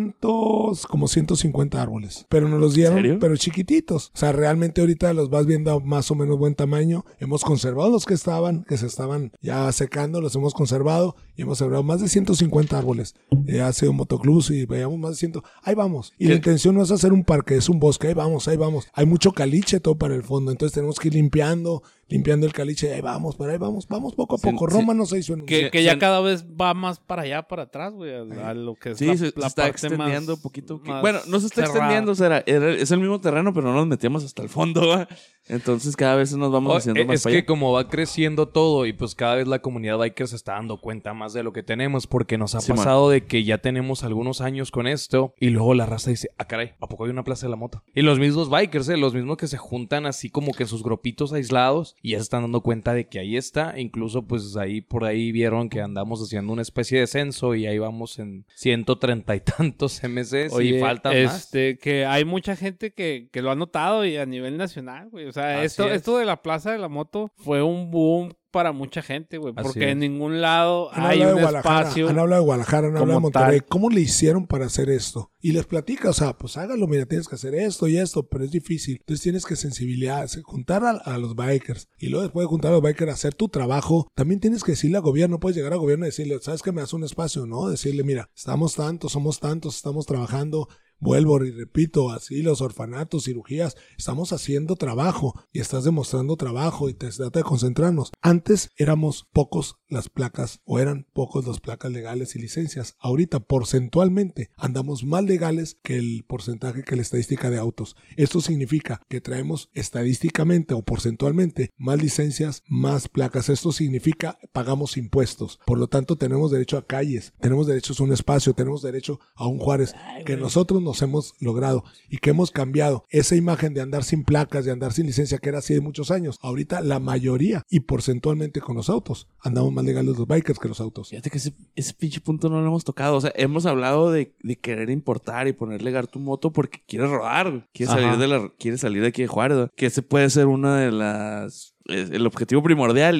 como 150 árboles, pero nos los dieron, ¿Serio? pero chiquititos. O sea, realmente ahorita los vas viendo a más o menos buen tamaño. Hemos conservado los que se estaban ya secando, los hemos conservado y hemos sembrado más de 150 árboles. Hace un motoclub y veíamos más de 100. Ahí vamos. Y la intención no es hacer un parque, es un bosque. Ahí vamos, ahí vamos. Hay mucho caliche todo para el fondo, entonces tenemos que ir limpiando el caliche. Ahí vamos, pero ahí vamos poco a Sí, poco. sí. Roma no se hizo en un día. Que ya cada vez va más para allá, para atrás, güey, a lo que es Sí, la, se la está parte extendiendo más- un poquito. más Bueno, no se está cerrada. extendiendo, o sea, es el mismo terreno, pero no nos metíamos hasta el fondo, ¿va? Entonces cada vez nos vamos haciendo más Es para que allá. como va creciendo todo y pues cada vez la comunidad biker se está dando cuenta más de lo que tenemos porque nos ha Sí, man. pasado de que ya tenemos algunos años con esto y luego la raza dice, ah caray, ¿a poco hay una plaza de la moto? Y los mismos bikers, los mismos que se juntan así como que en sus grupitos aislados y ya se están dando cuenta de que ahí está, incluso pues ahí por ahí vieron que andamos haciendo una especie de censo y ahí vamos en 130 y tantos MCs y faltan más. que hay mucha gente que lo ha notado y a nivel nacional, güey. O sea, Así es. esto de la Plaza de la Moto fue un boom para mucha gente, güey. Así Porque es. en ningún lado Han hay hablado un de Guadalajara, espacio. han hablado de Guadalajara, han hablado de como Monterrey. tal. ¿Cómo le hicieron para hacer esto? Y les platica, o sea, pues hágalo, mira, tienes que hacer esto y esto, pero es difícil. Entonces tienes que juntar a los bikers. Y luego después de juntar a los bikers, hacer tu trabajo, también tienes que decirle al gobierno, puedes llegar al gobierno y decirle, ¿sabes qué? Me das un espacio, ¿no? Decirle, mira, estamos tantos, somos tantos, estamos trabajando. Vuelvo y repito, así los orfanatos, cirugías, estamos haciendo trabajo y estás demostrando trabajo y te trata de concentrarnos. Antes éramos pocos las placas o eran pocos las placas legales y licencias. Ahorita porcentualmente andamos más legales que el porcentaje que la estadística de autos. Esto significa que traemos estadísticamente o porcentualmente más licencias, más placas. Esto significa pagamos impuestos. Por lo tanto tenemos derecho a calles, tenemos derecho a un espacio, tenemos derecho a un Juárez que nosotros nos hemos logrado y que hemos cambiado esa imagen de andar sin placas, de andar sin licencia que era así de muchos años. Ahorita la mayoría y porcentualmente con los autos andamos más legales los bikers que los autos. Fíjate que ese pinche punto no lo hemos tocado. O sea, hemos hablado de querer importar y ponerle gar tu moto porque quiere rodar, güey. Quiere salir de aquí de Juárez, güey. Que ese puede ser una de las... el objetivo primordial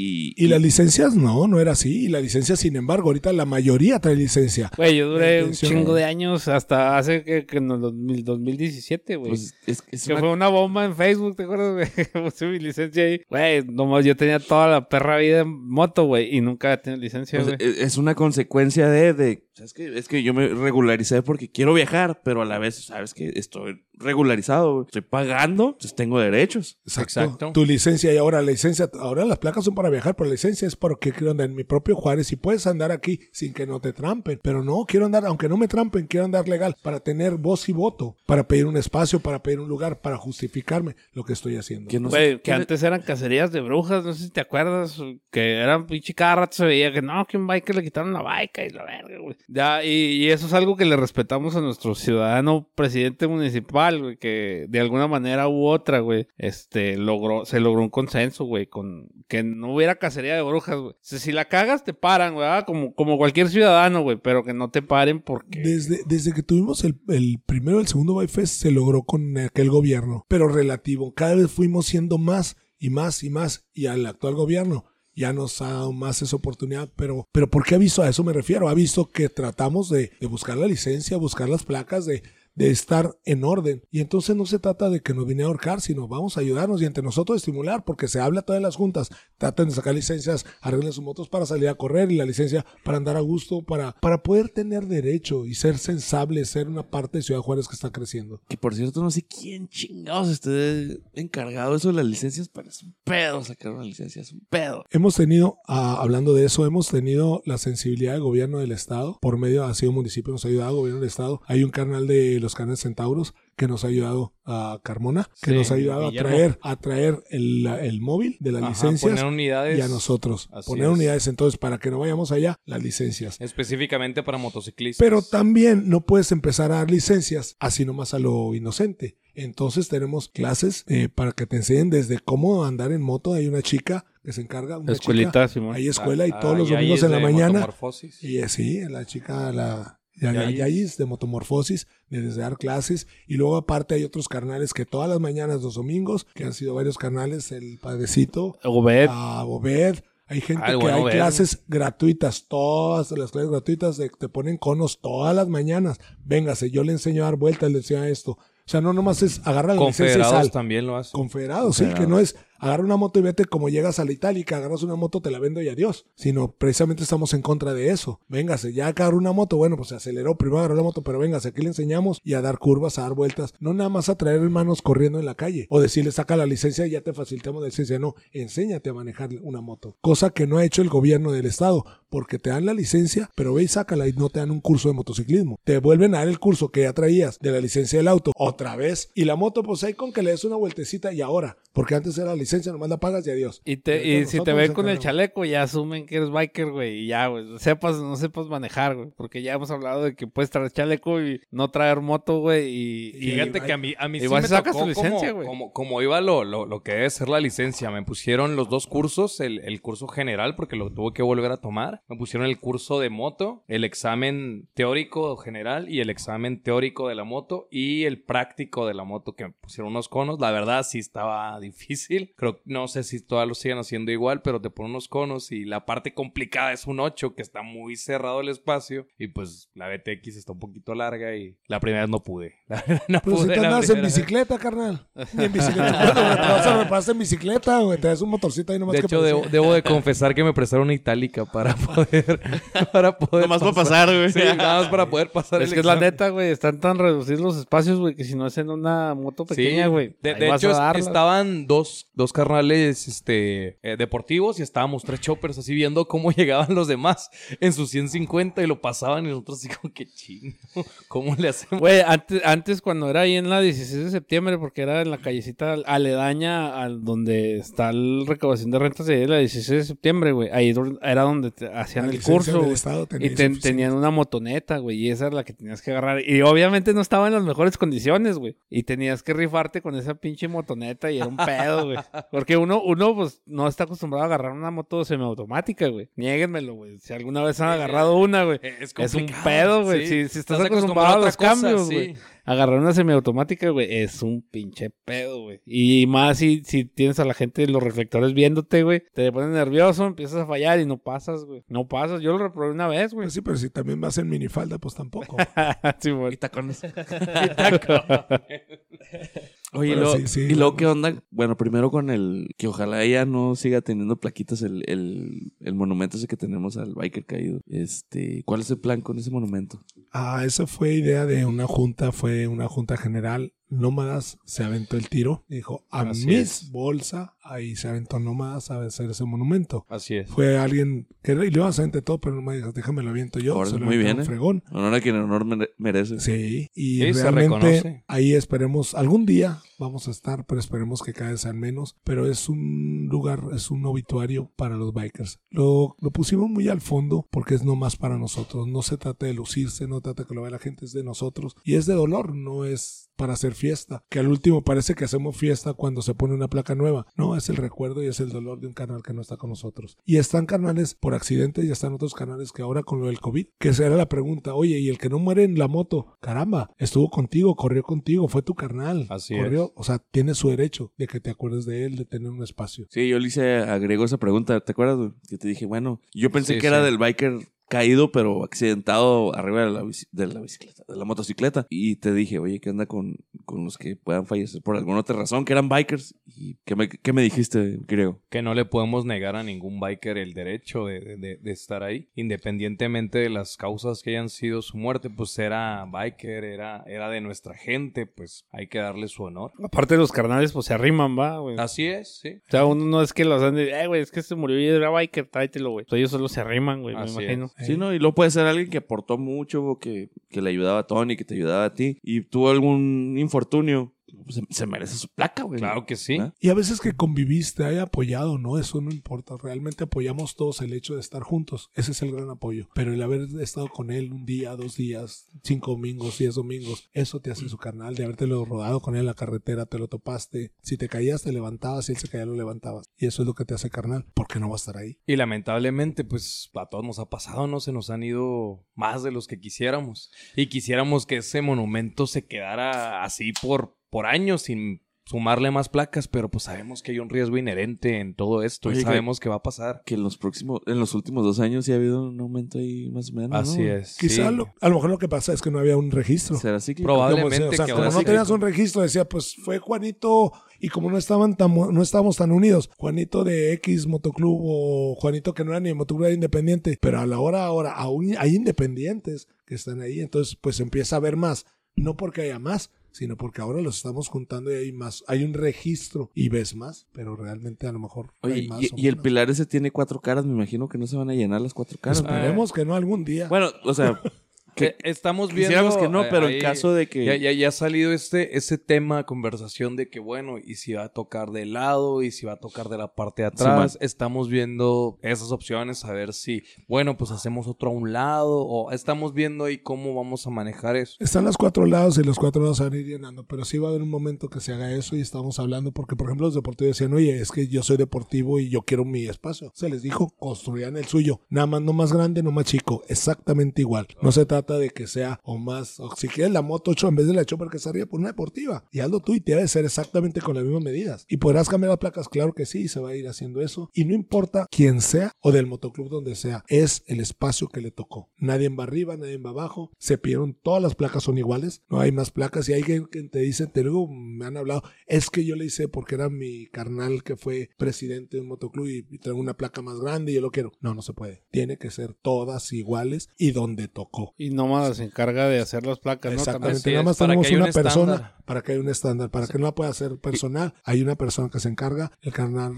Y las licencias no era así. Y la licencia, sin embargo, ahorita la mayoría trae licencia. Güey, yo duré La un intención- chingo de años hasta hace que en el 2017, güey. pues, es que una- fue una bomba en Facebook, ¿te acuerdas, güey? Puse mi licencia ahí. Güey, nomás yo tenía toda la perra vida en moto, güey, y nunca tenía licencia, pues, güey. es una consecuencia de ¿sabes qué? Es que yo me regularicé porque quiero viajar, pero a la vez, ¿sabes qué? Estoy regularizado, güey. Estoy pagando, entonces tengo derechos. Exacto. Tu licencia y ahora la licencia, ahora las placas son para viajar, pero la licencia es para que quiero andar en mi propio Juárez y puedes andar aquí sin que no te trampen. Pero no, quiero andar, aunque no me trampen, quiero andar legal para tener voz y voto, para pedir un espacio, para pedir un lugar, para justificarme lo que estoy haciendo. Que no sé- Güey, que antes eran cacerías de brujas, no sé si te acuerdas, que eran pinche cada rato se veía que no, que un biker le quitaron la bike y la verga, güey. Ya, y eso es algo que le respetamos a nuestro ciudadano presidente municipal, güey, que de alguna manera u otra, güey, se logró un consenso, güey, con que no hubiera cacería de brujas, güey. O sea, si la cagas, te paran, güey, ¿verdad? Como cualquier ciudadano, güey, pero que no te paren porque... Desde que tuvimos el primero y el segundo Bike Fest se logró con aquel gobierno, pero relativo. Cada vez fuimos siendo más y más y más y al actual gobierno ya nos ha dado más esa oportunidad, pero ¿por qué ha visto? A eso me refiero. Ha visto que tratamos de buscar la licencia, buscar las placas, de estar en orden. Y entonces no se trata de que nos viene a ahorcar, sino vamos a ayudarnos y entre nosotros estimular, porque se habla todas las juntas, tratan de sacar licencias, arreglen sus motos para salir a correr y la licencia para andar a gusto, para poder tener derecho y ser sensible, ser una parte de Ciudad Juárez que está creciendo. Que por cierto, no sé quién chingados esté encargado de eso de las licencias, pero es un pedo sacar una licencia, es un pedo. Hemos tenido, hablando de eso, hemos tenido la sensibilidad del gobierno del estado, por medio ha sido municipio, nos ha ayudado, gobierno del estado. Hay un canal de los canales Centauros que nos ha ayudado a Carmona, que Sí, nos ha ayudado Guillermo. a traer el móvil de las Ajá, licencias poner unidades y a nosotros. Así Poner es. unidades entonces para que no vayamos allá, las licencias. específicamente para motociclistas. Pero también no puedes empezar a dar licencias así nomás a lo inocente. Entonces tenemos clases para que te enseñen desde cómo andar en moto. Hay una chica que se encarga, una Escuelita, chica, Simón. hay escuela y todos los Yayis domingos en la de mañana. Motomorfosis. Y sí, la chica, la Yayis. Yayis de Motomorfosis, de desde dar clases. Y luego aparte hay otros carnales que todas las mañanas, los domingos, que han sido varios carnales, el Padrecito, Obed, a Obed, Hay gente Ah, que bueno, hay ver. clases gratuitas, todas las clases gratuitas, te ponen conos todas las mañanas. Véngase, yo le enseño a dar vueltas, le enseño a esto. O sea, no nomás es agarra la licencia y Confederados sal. también lo hacen. Confederados, sí, que no es agarra una moto y vete como llegas a la Itálica, agarras una moto, te la vendo y adiós. Sino precisamente estamos en contra de eso. Véngase, ya agarró una moto, bueno, pues se aceleró, primero agarró la moto, pero véngase, aquí le enseñamos y a dar curvas, a dar vueltas. No nada más a traer hermanos corriendo en la calle. O decirle, saca la licencia y ya te facilitamos la licencia. No, enséñate a manejar una moto. Cosa que no ha hecho el gobierno del estado, porque te dan la licencia, pero ve y sácala y no te dan un curso de motociclismo. Te vuelven a dar el curso que ya traías de la licencia del auto otra vez. Y la moto, pues ahí con que le des una vueltecita y ahora. Porque antes era la licencia, nomás la pagas y adiós. Y Ahorita si te nosotros ven nos con el encargamos. chaleco, ya asumen que eres biker, güey. Y ya, güey. Sepas o no sepas manejar, güey. Porque ya hemos hablado de que puedes traer chaleco y no traer moto, güey. Y Fíjate que a mí y sí vas me y sacas tocó tu licencia, güey. como iba lo que debe ser la licencia. Me pusieron los dos cursos, el curso general, porque lo tuve que volver a tomar. Me pusieron el curso de moto, el examen teórico general y el examen teórico de la moto y el práctico de la moto, que me pusieron unos conos. La verdad sí estaba difícil. No sé si todavía lo siguen haciendo igual, pero te ponen unos conos y la parte complicada es un 8, que está muy cerrado el espacio. Y pues la BTX está un poquito larga y la primera vez no pude. La verdad, no Pero si pude te la andas en primera vez. bicicleta, carnal. Ni en bicicleta. Bueno, güey, te vas a repasar en bicicleta, güey. Te das un motorcito ahí nomás De que hecho, parecía. debo de confesar que me prestaron una itálica para poder Nomás para pasar, güey. Sí, nada más para poder pasar Es el que es la examen. neta, güey. Están tan reducidos los espacios, güey, que si no es en una moto pequeña, Sí. güey. De ahí vas hecho, a darla. estaban dos carnales deportivos y estábamos 3 choppers así viendo cómo llegaban los demás en sus 150 y lo pasaban y nosotros así como que chingo. ¿Cómo le hacemos? Güey, antes cuando era ahí en la 16 de septiembre, porque era en la callecita aledaña al donde está la recaudación de rentas de ahí de la 16 de septiembre, güey. Ahí era donde te hacían La el licencia curso, del güey. estado tenía Y suficiente. tenían una motoneta, güey, y esa era la que tenías que agarrar. Y obviamente no estaba en las mejores condiciones, güey. Y tenías que rifarte con esa pinche motoneta y era un pedo, güey. Porque uno pues no está acostumbrado a agarrar una moto semiautomática, güey. Niéguenmelo, güey. Si alguna vez han agarrado una, güey. Es un complicado, pedo, güey. sí. Si estás acostumbrado a otra los cosa, cambios, sí. güey. Agarrar una semiautomática, güey, es un pinche pedo, güey. Y más si tienes a la gente, los reflectores viéndote, güey, te pones nervioso, empiezas a fallar y no pasas, güey. No pasas. Yo lo reprobé una vez, güey. Pues sí, pero si también vas en minifalda, pues tampoco. Sí, güey. Y tacones. Pero Oye, y luego, sí, sí, ¿y luego vamos. qué onda? Bueno, primero con el... Que ojalá ella no siga teniendo plaquitas el monumento ese que tenemos al biker caído. ¿Cuál es el plan con ese monumento? Esa fue idea de una junta, fue una junta general. Nómadas se aventó el tiro. Dijo, a Así mis es. bolsa, ahí se aventó Nómadas a hacer ese monumento. Así es. Fue alguien que le iba a hacer entre todo, pero no me dijo, déjame lo aviento yo. Ahora, Se lo muy bien, aventaron fregón. Honor a quien honor merece. Sí, y Sí, se realmente reconoce. ahí esperemos, algún día vamos a estar, pero esperemos que cada vez sean menos. Pero es un lugar, es un obituario para los bikers. Lo pusimos muy al fondo porque es nomás para nosotros. No se trata de lucirse, no trata de que lo vea la gente, es de nosotros. Y es de dolor, no es para hacer fiesta. Que al último parece que hacemos fiesta cuando se pone una placa nueva. No, es el recuerdo y es el dolor de un carnal que no está con nosotros. Y están carnales por accidente y están otros canales que ahora con lo del COVID, que esa era la pregunta, oye, y el que no muere en la moto, caramba, estuvo contigo, corrió contigo, fue tu carnal. Así corrió, o sea, tiene su derecho de que te acuerdes de él, de tener un espacio. Sí, yo le agregó esa pregunta. ¿Te acuerdas, güey? Que te dije, bueno, yo pensé Sí, que era sí. del biker caído, pero accidentado arriba de la bicicleta, de la motocicleta. Y te dije, oye, ¿qué onda con los que puedan fallecer por alguna otra razón, que eran bikers? ¿Y qué me dijiste, griego? Que no le podemos negar a ningún biker el derecho de estar ahí, independientemente de las causas que hayan sido su muerte. Pues era biker, era de nuestra gente, pues hay que darle su honor. Aparte de los carnales, pues se arriman, va, güey. Así es, sí. O sea, uno no es que los ande, güey, es que se murió y era biker, tráetelo, güey. Ellos solo se arriman, güey, me Así imagino. Sí, ¿no? Y luego puede ser alguien que aportó mucho, o que le ayudaba a Tony, que te ayudaba a ti, y tuvo algún infortunio, pues se merece su placa, güey. Claro que sí. ¿Ah? Y a veces que conviviste, hay apoyado, ¿no? Eso no importa. Realmente apoyamos todos el hecho de estar juntos. Ese es el gran apoyo. Pero el haber estado con él un día, 2 días, 5 domingos, 10 domingos, eso te hace su carnal. De habértelo rodado con él en la carretera, te lo topaste. Si te caías, te levantabas. Si él se caía, lo levantabas. Y eso es lo que te hace carnal. Porque no va a estar ahí. Y lamentablemente, pues a todos nos ha pasado, ¿no? Se nos han ido más de los que quisiéramos. Y quisiéramos que ese monumento se quedara así por años sin sumarle más placas, pero pues sabemos que hay un riesgo inherente en todo esto. Oye, y sabemos que va a pasar. Que en los últimos 2 años sí ha habido un aumento ahí más o menos, ¿no? Así es. Quizá sí. a lo mejor lo que pasa es que no había un registro. ¿Será cíclico? Probablemente O sea, que como ahora no sí tenías que- un registro, decía, pues fue Juanito, y como no estábamos tan unidos, Juanito de X motoclub o Juanito que no era ni motoclub, era independiente, pero a la hora ahora aún hay independientes que están ahí, entonces pues empieza a haber más, no porque haya más, sino porque ahora los estamos juntando y hay más, hay un registro y ves más, pero realmente a lo mejor Oye, hay más. y el pilar ese tiene 4 caras, me imagino que no se van a llenar las 4 caras. ¿no? Esperemos que no algún día. Bueno, o sea, que estamos viendo... quisiéramos que no, pero ahí- en caso de que... Ya ha salido ese tema, conversación de que, bueno, y si va a tocar de lado, y si va a tocar de la parte de atrás. Sí, Estamos viendo esas opciones, a ver si, bueno, pues hacemos otro a un lado, o estamos viendo ahí cómo vamos a manejar eso. Están los 4 lados y los 4 lados se van a ir llenando, pero sí va a haber un momento que se haga eso y estamos hablando porque, por ejemplo, los deportivos decían, oye, es que yo soy deportivo y yo quiero mi espacio. Se les dijo, construyan el suyo, nada más no más grande, no más chico, exactamente igual. No se trata de que sea o más, o si quieres la Moto 8 en vez de la Chopper que se arriba por una deportiva, y hazlo tú y te debe ser exactamente con las mismas medidas. ¿Y podrás cambiar las placas? Claro que sí, se va a ir haciendo eso. Y no importa quién sea o del motoclub donde sea, es el espacio que le tocó. Nadie va arriba, nadie va abajo. Se pidieron, todas las placas son iguales, no hay más placas. Y hay que te dicen, te digo, me han hablado, es que yo le hice porque era mi carnal que fue presidente de un motoclub y traigo una placa más grande y yo lo quiero. No, no se puede. Tiene que ser todas iguales y donde tocó. Y Nómada se encarga de hacer las placas, ¿no? Exactamente, Así nada es, más para tenemos que haya una un persona estándar. para que haya un estándar, para que no la pueda hacer personal, hay una persona que se encarga, el carnal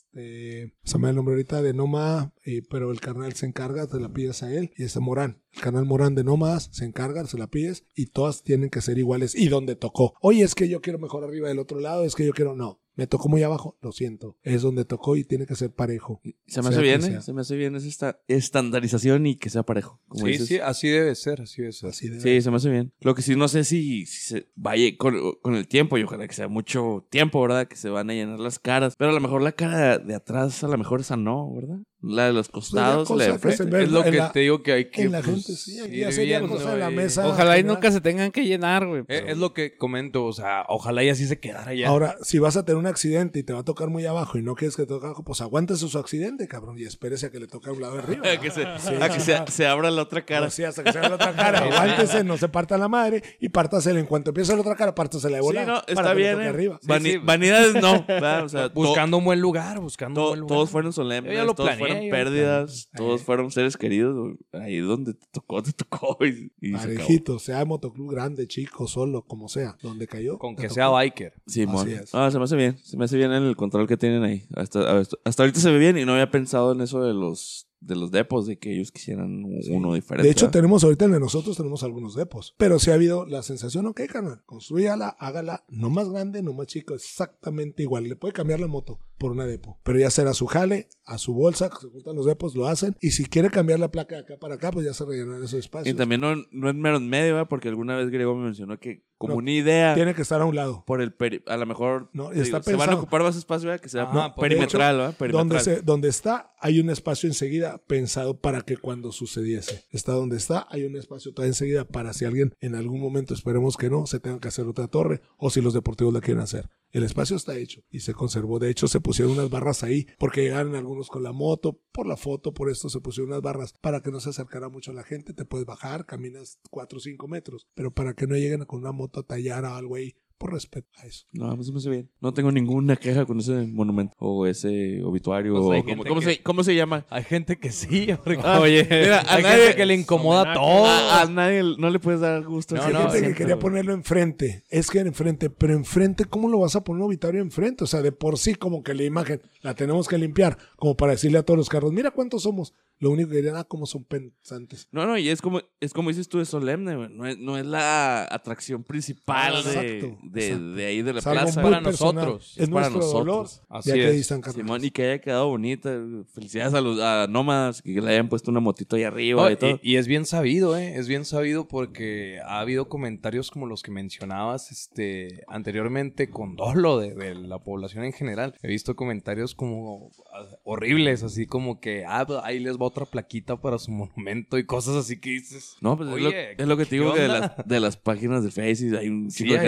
se me da el nombre ahorita de Nómada, pero el carnal se encarga, te la pides a él, y es Morán, el carnal Morán de Nómadas, se encarga, se la pides, y todas tienen que ser iguales, y donde tocó, oye, es que yo quiero mejor arriba del otro lado, es que yo quiero, no, me tocó muy abajo, lo siento, es donde tocó y tiene que ser parejo. Se me sea hace bien, quien ¿eh? sea. Se me hace bien esta estandarización y que sea parejo. Como Sí, dices. sí, así debe ser, así debe ser. Así de Sí, se me hace bien. Lo que sí no sé si se vaya con el tiempo, y ojalá que sea mucho tiempo, ¿verdad? Que se van a llenar las caras. Pero a lo mejor la cara de atrás, a lo mejor esa no, ¿verdad? La de los costados, la de cosa que se frente. ve Es lo en que la- te digo que hay que... en la pues, gente, sí, ir ya sería viendo cosa de la y- mesa. Ojalá y general. nunca se tengan que llenar, güey. Es lo que comento, o sea, ojalá y así se quedara ya. Ahora, si vas a tener un accidente y te va a tocar muy abajo y no quieres que te toque abajo, pues aguántese su accidente, cabrón, y espérese a que le toque a un lado de arriba. A que se abra la otra cara. Pero sí, hasta que se haga la otra cara. Aguántese, no se parta la madre y pártasela. En cuanto empiece la otra cara, pártasela de Sí, volada. no, para está que le bien. toque arriba. sí. Vanidades no, ¿verdad? O sea, Buscando un buen lugar, buscando un buen lugar. todos fueron solemnes, Yo ya lo todos planeé, fueron yo lo pérdidas, planeé. todos fueron seres queridos. Ahí donde te tocó y se acabó. Parejito, sea motoclub grande, chico, solo, como sea. Donde cayó. Con te que tocó. sea biker. Simón. Así es. Ah, se me hace bien. Se me hace bien el control que tienen ahí. Hasta ahorita se ve bien y no había pensado en eso de los depos, de que ellos quisieran uno diferente. De hecho, ¿verdad? tenemos ahorita en el de nosotros tenemos algunos depos. Pero sí ha habido la sensación, ok, carnal, construyala, hágala, no más grande, no más chico, exactamente igual. Le puede cambiar la moto por una depo. Pero ya será su jale, a su bolsa, que se juntan los depos, lo hacen. Y si quiere cambiar la placa de acá para acá, pues ya se rellenan esos espacios. Y también no es mero en medio, ¿verdad? Porque alguna vez Grego me mencionó que como No, una idea Tiene que estar a un lado. por el a lo mejor No, digo, está se van a pensado. ocupar más espacio, ¿verdad? Que sea Ah, por perimetral, ¿verdad? Perimetral. Donde está, hay un espacio enseguida pensado para que cuando sucediese. Está donde está, hay un espacio todavía enseguida para si alguien en algún momento, esperemos que no, se tenga que hacer otra torre o si los deportivos la quieren hacer. El espacio está hecho y se conservó. De hecho, se pusieron unas barras ahí porque llegaron algunos con la moto, por la foto, por esto se pusieron unas barras para que no se acercara mucho a la gente. Te puedes bajar, caminas 4 o 5 metros, pero para que no lleguen con una moto a tallar a algo ahí, por respeto a eso. No, pues se me hace bien. No tengo ninguna queja con ese monumento o ese obituario. Pues o hay como- gente ¿cómo se llama? Hay gente que sí, porque Oye, Mira, hay gente que le incomoda todo. A nadie no le puedes dar gusto. No, al Hay no, gente que 100%, quería güey. ponerlo enfrente. Es que enfrente, pero enfrente, ¿cómo lo vas a poner un obituario enfrente? O sea, de por sí, como que la imagen la tenemos que limpiar, como para decirle a todos los carros, mira cuántos somos. Lo único que dirían, cómo son pensantes. No, y es como dices tú, es solemne, güey. No es la atracción principal Exacto. de ahí de la Es algo plaza. muy para personal. nosotros. Es Es para nuestro dolor. nosotros. Así Ya que es. ahí están carnales. Simón, y que haya quedado bonita. Felicidades a Nómadas, que le hayan puesto una motito ahí arriba No, y todo. y es bien sabido, es bien sabido porque ha habido comentarios como los que mencionabas anteriormente con dolo de la población en general. He visto comentarios como horribles, así como que pues, ahí les va otra plaquita para su monumento y cosas así que dices. No, pues Oye, es lo que te digo ¿qué que onda? de las páginas de Facebook hay un Sí, chico de gente hay bien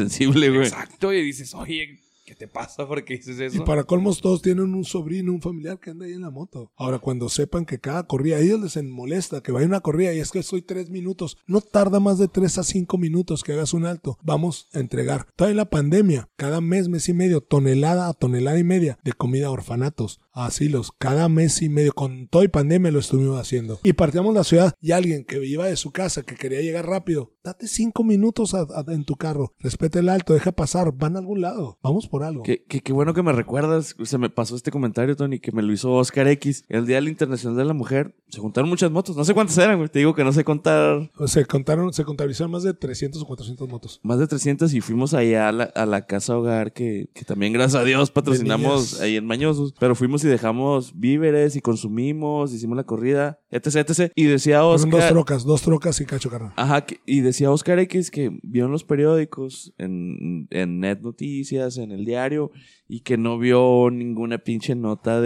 insensible, güey. Exacto, y dices, oye, ¿qué te pasa? ¿Por qué dices eso? Y para colmos todos tienen un sobrino, un familiar que anda ahí en la moto. Ahora, cuando sepan que cada corrida, a ellos les molesta que vaya una corrida y es que estoy 3 minutos. No tarda más de 3 a 5 minutos que hagas un alto. Vamos a entregar. Toda la pandemia, cada mes y medio, tonelada a tonelada y media de comida a orfanatos, a asilos. Cada mes y medio, con toda pandemia lo estuvimos haciendo. Y partíamos la ciudad y alguien que iba de su casa, que quería llegar rápido, date 5 minutos en tu carro. Respeta el alto, deja pasar, van a algún lado. Vamos por algo. Qué bueno que me recuerdas. Se me pasó este comentario, Tony, que me lo hizo Oscar X. El Día del Internacional de la Mujer, se juntaron muchas motos. No sé cuántas eran, güey. Te digo que no sé contar. Se contabilizaron más de 300 o 400 motos. Más de 300 y fuimos allá a la casa hogar que también, gracias a Dios, patrocinamos ahí en Mañosos. Pero fuimos y dejamos víveres y consumimos, hicimos la corrida, etc. Y decía Oscar... Fueron dos trocas y cacho carnal. Ajá, y decía Oscar X que vio en los periódicos, en Net Noticias, en el diario, y que no vio ninguna pinche nota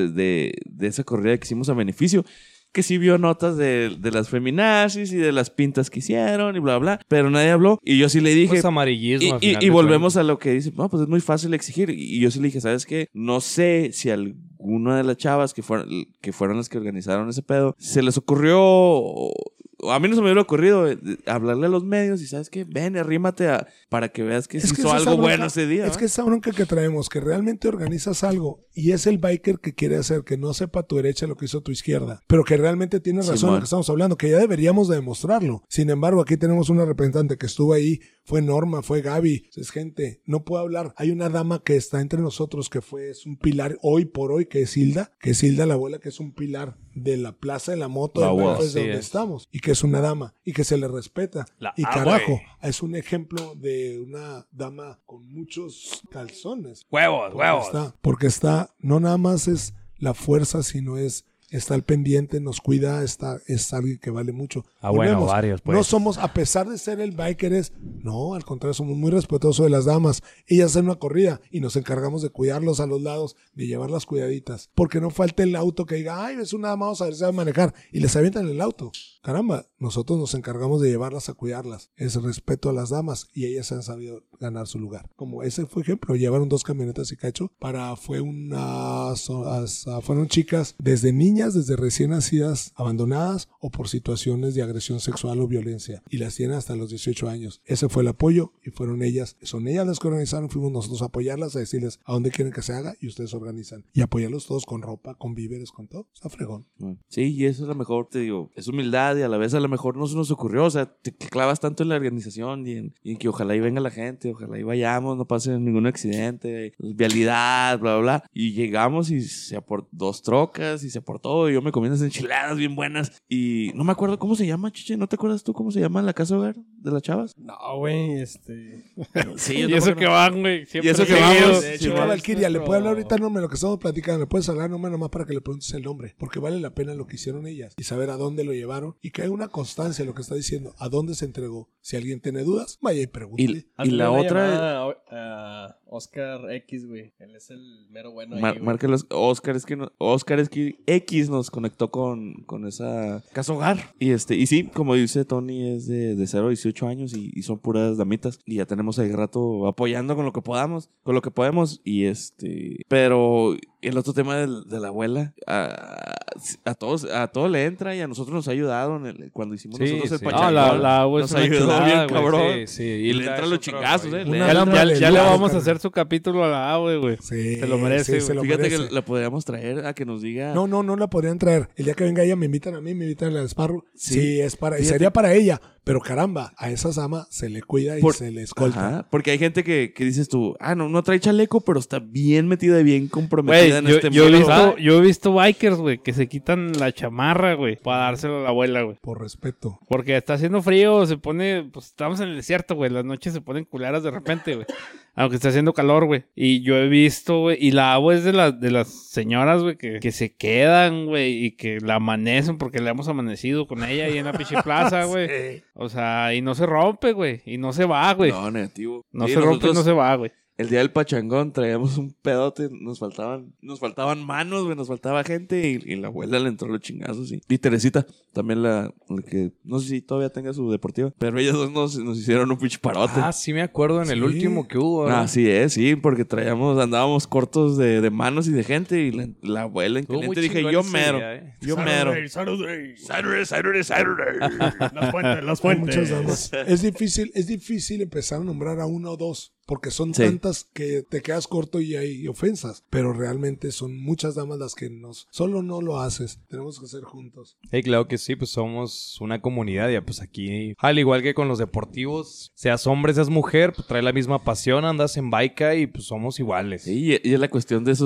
de esa corrida que hicimos a beneficio. Que sí vio notas de las feminazis y de las pintas que hicieron y bla, bla, pero nadie habló. Y yo sí le dije... Pues amarillismo. Y volvemos a lo que dice, no, pues es muy fácil exigir. Y yo sí le dije, ¿sabes qué? No sé si alguna de las chavas que fueron las que organizaron ese pedo, se les ocurrió... A mí no se me hubiera ocurrido hablarle a los medios y ¿sabes qué? Ven, arrímate para que veas que se hizo algo bueno ese día. Es que esa bronca que traemos, que realmente organizas algo y es el biker que quiere hacer, que no sepa tu derecha lo que hizo tu izquierda, pero que realmente tiene razón en lo que estamos hablando, que ya deberíamos de demostrarlo. Sin embargo, aquí tenemos una representante que estuvo ahí, fue Norma, fue Gaby, es gente, no puedo hablar. Hay una dama que está entre nosotros que es un pilar hoy por hoy, que es Hilda, la abuela, que es un pilar de la plaza de la moto, de donde estamos, y que es una dama, y que se le respeta. Carajo, es un ejemplo de una dama con muchos calzones. Huevos. Porque está, no nada más es la fuerza, sino está al pendiente, nos cuida, es alguien que vale mucho. Bueno, varios, pues. No somos, a pesar de ser el biker, no, al contrario, somos muy respetuosos de las damas. Ellas hacen una corrida y nos encargamos de cuidarlos a los lados, de llevarlas cuidaditas. Porque no falte el auto que diga, ay, es una dama, vamos a ver si sabe manejar. Y les avientan el auto. Caramba, nosotros nos encargamos de llevarlas a cuidarlas. Es respeto a las damas y ellas han sabido ganar su lugar. Como ese fue ejemplo, llevaron 2 camionetas y cacho fueron chicas desde niñas, desde recién nacidas, abandonadas o por situaciones de agresión sexual o violencia, y las tienen hasta los 18 años. Ese fue el apoyo y son ellas las que organizaron. Fuimos nosotros a apoyarlas, a decirles a dónde quieren que se haga y ustedes organizan. Y apoyarlos todos con ropa, con víveres, con todo. Está fregón. Sí, y eso es lo mejor, te digo, es humildad y a la vez a lo mejor no se nos ocurrió. O sea, te clavas tanto en la organización y en que ojalá y venga la gente, ojalá y vayamos, no pase ningún accidente, vialidad, bla, bla, bla. Y llegamos y se aportó 2 trocas y se aportó. Y yo me comí unas enchiladas bien buenas. Y no me acuerdo cómo se llama, Chiche. ¿No te acuerdas tú cómo se llama la casa hogar de las chavas? No, güey, Sí, y eso que van, güey. Y eso que vamos. De Sí, hecho, Valkyria, le puedo hablar ahorita nombre lo que estamos platicando. Le puedes hablar nomás para que le preguntes el nombre. Porque vale la pena lo que hicieron ellas y saber a dónde lo llevaron. Y que hay una constancia en lo que está diciendo. ¿A dónde se entregó? Si alguien tiene dudas, vaya y pregunte. Y la otra... Oscar X, güey. Él es el mero bueno ahí, Márquelos. Oscar es que X nos conectó con esa casa hogar. Y sí, como dice Tony, es de 0 a 18 años y son puras damitas. Y ya tenemos ahí rato apoyando con lo que podamos, con lo que podemos. Y pero el otro tema de la abuela, a todos le entra y a nosotros nos ha ayudado cuando hicimos nosotros el pachangón. La abuela nos ayudó bien, cabrón. Sí. Y le entran los chingazos, Ya le vamos a hacer su capítulo a la AWE, güey. Sí, se lo merece, se lo Fíjate merece. que la podríamos traer a que nos diga... No la podrían traer. El día que venga ella me invitan a mí, me invitan a la Sparrow. Sí, es para... Fíjate. Sería para ella. Pero caramba, a esa sama se le cuida y se le escolta. Ajá, porque hay gente que dices tú, no trae chaleco, pero está bien metida y bien comprometida en este yo mundo. he visto bikers, güey, que se quitan la chamarra, güey, para dárselo a la abuela, güey. Por respeto. Porque está haciendo frío, pues estamos en el desierto, güey. Las noches se ponen culeras de repente, güey. Aunque está haciendo calor, güey. Y yo he visto, güey, y la agua es de las señoras, güey, que se quedan, güey, y que la amanecen porque le hemos amanecido con ella ahí en la pinche plaza, güey. Sí. O sea, y no se rompe, güey, y no se va, güey. No, negativo. No se rompe y no se va, güey. el día del pachangón traíamos un pedote, nos faltaban manos, güey, nos faltaba gente y la abuela le entró los chingazos y Teresita, también la que no sé si todavía tenga su deportiva, pero ellos dos nos hicieron un pinche parote. Ah, sí me acuerdo en el Sí. último que hubo. ¿verdad? Así es, sí, porque andábamos cortos de manos y de gente y la abuela en Estuvo muy caliente dije, chingón yo ese mero, día, yo mero. Saturday. Las Hay fuentes. muchas damas. Es difícil empezar a nombrar a una o dos, porque son Sí. tantas que te quedas corto y hay ofensas, pero realmente son muchas damas las que solo no lo haces, tenemos que ser juntos. Claro que sí, pues somos una comunidad. Ya pues aquí, al igual que con los deportivos, seas hombre, seas mujer, pues trae la misma pasión, andas en baica y pues somos iguales. Sí, y es la cuestión de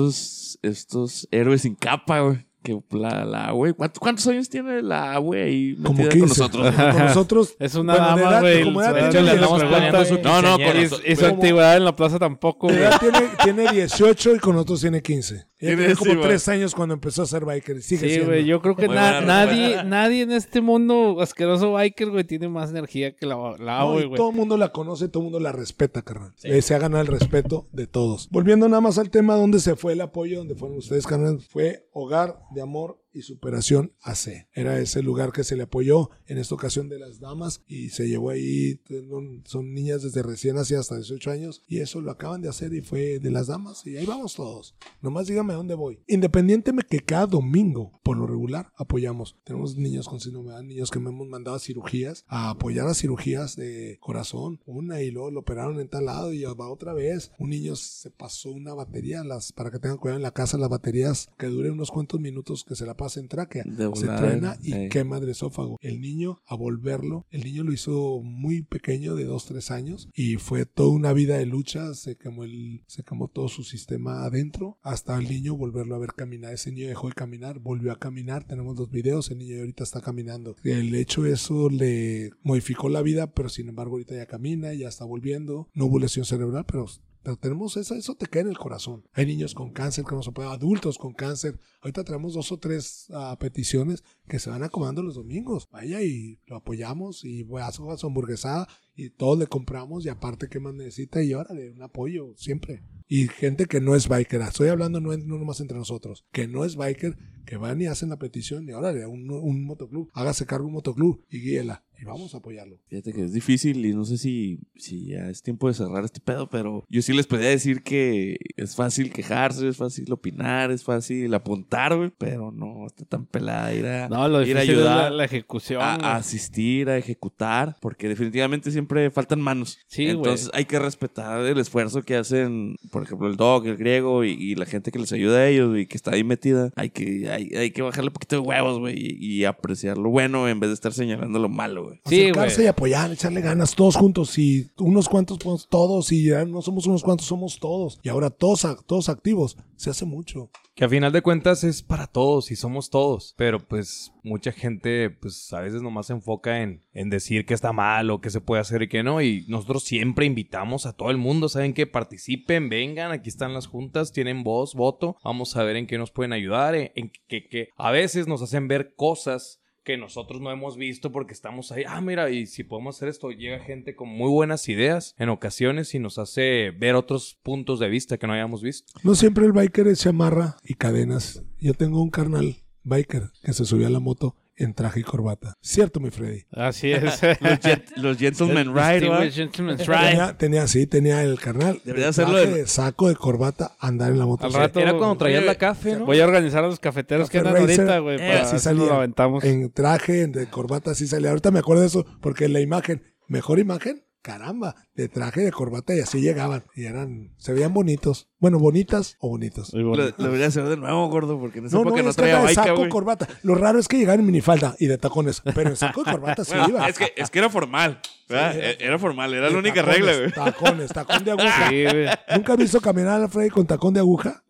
estos héroes sin capa, güey. Que la güey, ¿cuántos años tiene la güey ahí Como metida 15. con nosotros? Con nosotros. Es una bueno, de dama, edad, güey. como edad De hecho, tiene le andamos 18, planeando su No, no, quinceañera. con Y su como- antigüedad en la plaza tampoco, De güey. edad tiene 18 y con nosotros tiene 15. Ella Tiene tiene como sí, 3 años cuando empezó a ser biker. Sigue Sí, siendo. güey, yo creo que Muy buena nadie en este mundo asqueroso biker, güey, tiene más energía que la No, güey, y güey. todo el mundo la conoce, todo el mundo la respeta, carnal. Se ha ganado el respeto de todos. Volviendo nada más al tema donde se fue el apoyo, donde fueron ustedes, carnal, fue Hogar de Amor y Superación AC. Era ese lugar que se le apoyó en esta ocasión de las damas y se llevó ahí, son niñas desde recién nacidas hasta 18 años y eso lo acaban de hacer y fue de las damas y ahí vamos todos. Nomás dígame a dónde voy. Independientemente que cada domingo, por lo regular, apoyamos. Tenemos niños con síndrome de Down, niños que me hemos mandado a cirugías, a apoyar a cirugías de corazón, una y luego lo operaron en tal lado y va otra vez. Un niño se pasó una batería, para que tengan cuidado en la casa, las baterías que duren unos cuantos minutos que se la pasa en tráquea. De Se volada, truena y sí. quema el esófago. El niño, a volverlo, el niño lo hizo muy pequeño, de 2-3 años, y fue toda una vida de lucha, se quemó todo su sistema adentro, hasta el niño volverlo a ver caminar. Ese niño dejó de caminar, volvió a caminar, tenemos los videos, el niño ahorita está caminando. El hecho eso le modificó la vida, pero sin embargo ahorita ya camina, ya está volviendo, no hubo lesión cerebral, pero tenemos eso te queda en el corazón. Hay niños con cáncer que nos apoyan, adultos con cáncer. Ahorita tenemos 2 o 3 peticiones que se van acomodando los domingos. Vaya y lo apoyamos y voy a hacer su hamburguesada y todos le compramos y aparte qué más necesita y órale, un apoyo siempre. Y gente que no es biker, estoy hablando no nomás entre nosotros, que no es biker, que van y hacen la petición y órale, un motoclub, hágase cargo un motoclub y guíela y vamos a apoyarlo. Fíjate que es difícil y no sé si ya es tiempo de cerrar este pedo, pero yo sí les podría decir que es fácil quejarse, es fácil opinar, es fácil apuntar, güey, pero no está tan pelada ir a No, lo ir a difícil es ayudar, la ejecución, a güey. asistir, a ejecutar, porque definitivamente siempre faltan manos. Sí, güey. Entonces hay que respetar el esfuerzo que hacen, por ejemplo, el Doc, el Griego y la gente que les ayuda a ellos y que está ahí metida. Hay que bajarle un poquito de huevos, güey, y apreciar lo bueno en vez de estar señalando lo malo, güey. Sí, Acercarse güey. y apoyar, echarle ganas todos juntos y unos cuantos pues, todos y ya no somos unos cuantos, somos todos y ahora todos activos, se hace mucho. Que a final de cuentas es para todos y somos todos. Pero pues mucha gente pues a veces nomás se enfoca en decir que está mal o que se puede hacer y que no. Y nosotros siempre invitamos a todo el mundo. Saben que participen, vengan, aquí están las juntas, tienen voz, voto. Vamos a ver en qué nos pueden ayudar, en que a veces nos hacen ver cosas que nosotros no hemos visto porque estamos ahí. Ah, mira, y si podemos hacer esto, llega gente con muy buenas ideas en ocasiones y nos hace ver otros puntos de vista que no hayamos visto. No siempre el biker es chamarra y cadenas. Yo tengo un carnal biker que se subió a la moto en traje y corbata. ¿Cierto, mi Freddy? Así es. Los Gentleman Ride, ¿va? Gentleman's Ride. Tenía el carnal. Debería de hacerlo traje, de- de saco de corbata, andar en la moto. Al Sí. rato- Era cuando traías Oye, la café, ¿no? Voy a organizar a los cafeteros que Café andan Racer, ahorita, güey, para así ver si nos salía. lo aventamos. En traje, de corbata, así salía. Ahorita me acuerdo de eso, porque la imagen, mejor imagen, caramba, de traje, de corbata, y así llegaban. Y se veían bonitos. Bueno, bonitas o bonitos. Muy Lo bonito. debería hacer de nuevo, gordo, porque en esa No, época no es que traía era de baica, saco, güey. corbata. Lo raro es que llegaban en minifalda y de tacones, pero en saco y corbata sí iba. Es que era formal, ¿verdad? Sí, Era formal, era De la única tacones, regla, güey. Tacón de aguja. Sí, güey. ¿Nunca has visto caminar a Freddy con tacón de aguja?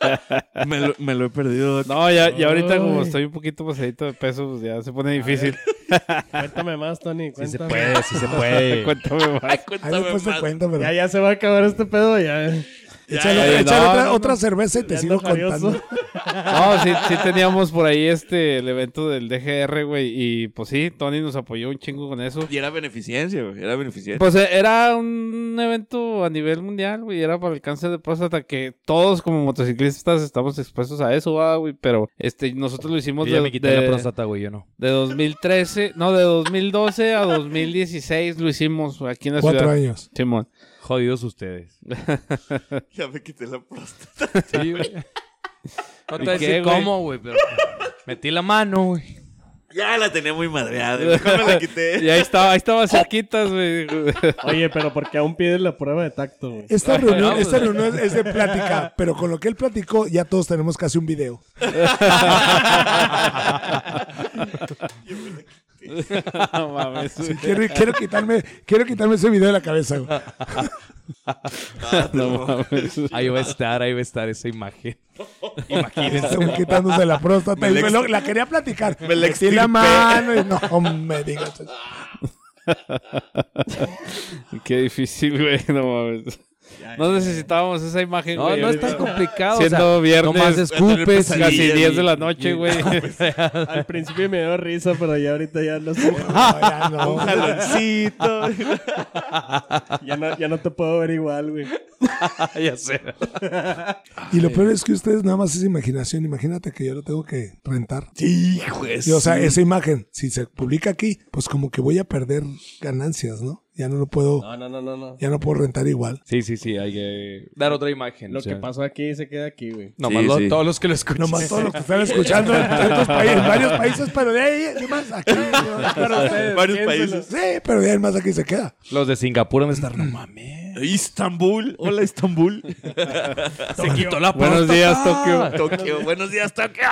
Me lo he perdido. Doc. No, ya ahorita como Ay. estoy un poquito pasadito de peso, pues ya se pone difícil. Cuéntame más, Tony. Sí se Cuéntame. puede, sí se puede. Cuéntame más. Ay, Ahí cuéntame después te más. cuento, pero Ya se va a acabar este pedo, ya. Échale otra cerveza y te Ya sigo ando jarioso. contando. No, sí teníamos por ahí el evento del DGR, güey. Y pues sí, Tony nos apoyó un chingo con eso. Y era beneficencia, güey. Era beneficencia. Pues era un evento a nivel mundial, güey. Era para el cáncer de próstata, que todos como motociclistas estamos expuestos a eso, güey. Pero nosotros lo hicimos Yo ya me quité la próstata, güey, yo no. de 2013, no, de 2012 a 2016 lo hicimos aquí en la 4 ciudad. años. Simón. Jodidos ustedes. Ya me quité la próstata. Sí, güey. No te voy a ¿Qué, decir güey? cómo, güey, pero metí la mano, güey. Ya la tenía muy madreada. Mejor me la quité. Y ahí estaba cerquitas, güey. Oye, pero porque aún pides la prueba de tacto, güey. Esta reunión es de plática, pero con lo que él platicó, ya todos tenemos casi un video. No mames. Sí, quiero quitarme ese video de la cabeza, güey. No mames. Ahí va a estar esa imagen. Imagínense. Estoy quitándose la próstata. Y la quería platicar. Me la Metí la mano y no me digas eso. Qué difícil, güey. No mames. No necesitábamos esa imagen, No, güey. no es ahorita. tan complicado. Siendo viernes, nomás escupes. casi 10 de la noche, güey. Al principio me dio risa, pero ya ahorita ya no sé. No, ya no. Un jaloncito. Ya no te puedo ver igual, güey. Ya sé. Y lo peor es que ustedes nada más es imaginación. Imagínate que yo lo tengo que rentar. Sí, güey. Y, o sea, esa imagen, si se publica aquí, pues como que voy a perder ganancias, ¿no? Ya no lo puedo, No. ya no puedo rentar igual. Sí, hay que dar otra imagen. Lo o sea, que pasó aquí se queda aquí, güey. Nomás Sí. todos los que lo escuchan. Nomás todos los que están escuchando en varios países, pero de ahí más aquí. Varios países. Sí, pero de ahí más aquí se queda. Los de Singapur han de estar, no mames. Istambul. Hola, Istambul. Se quitó la Buenos días, Tokio. Tokio. Buenos días, Tokio.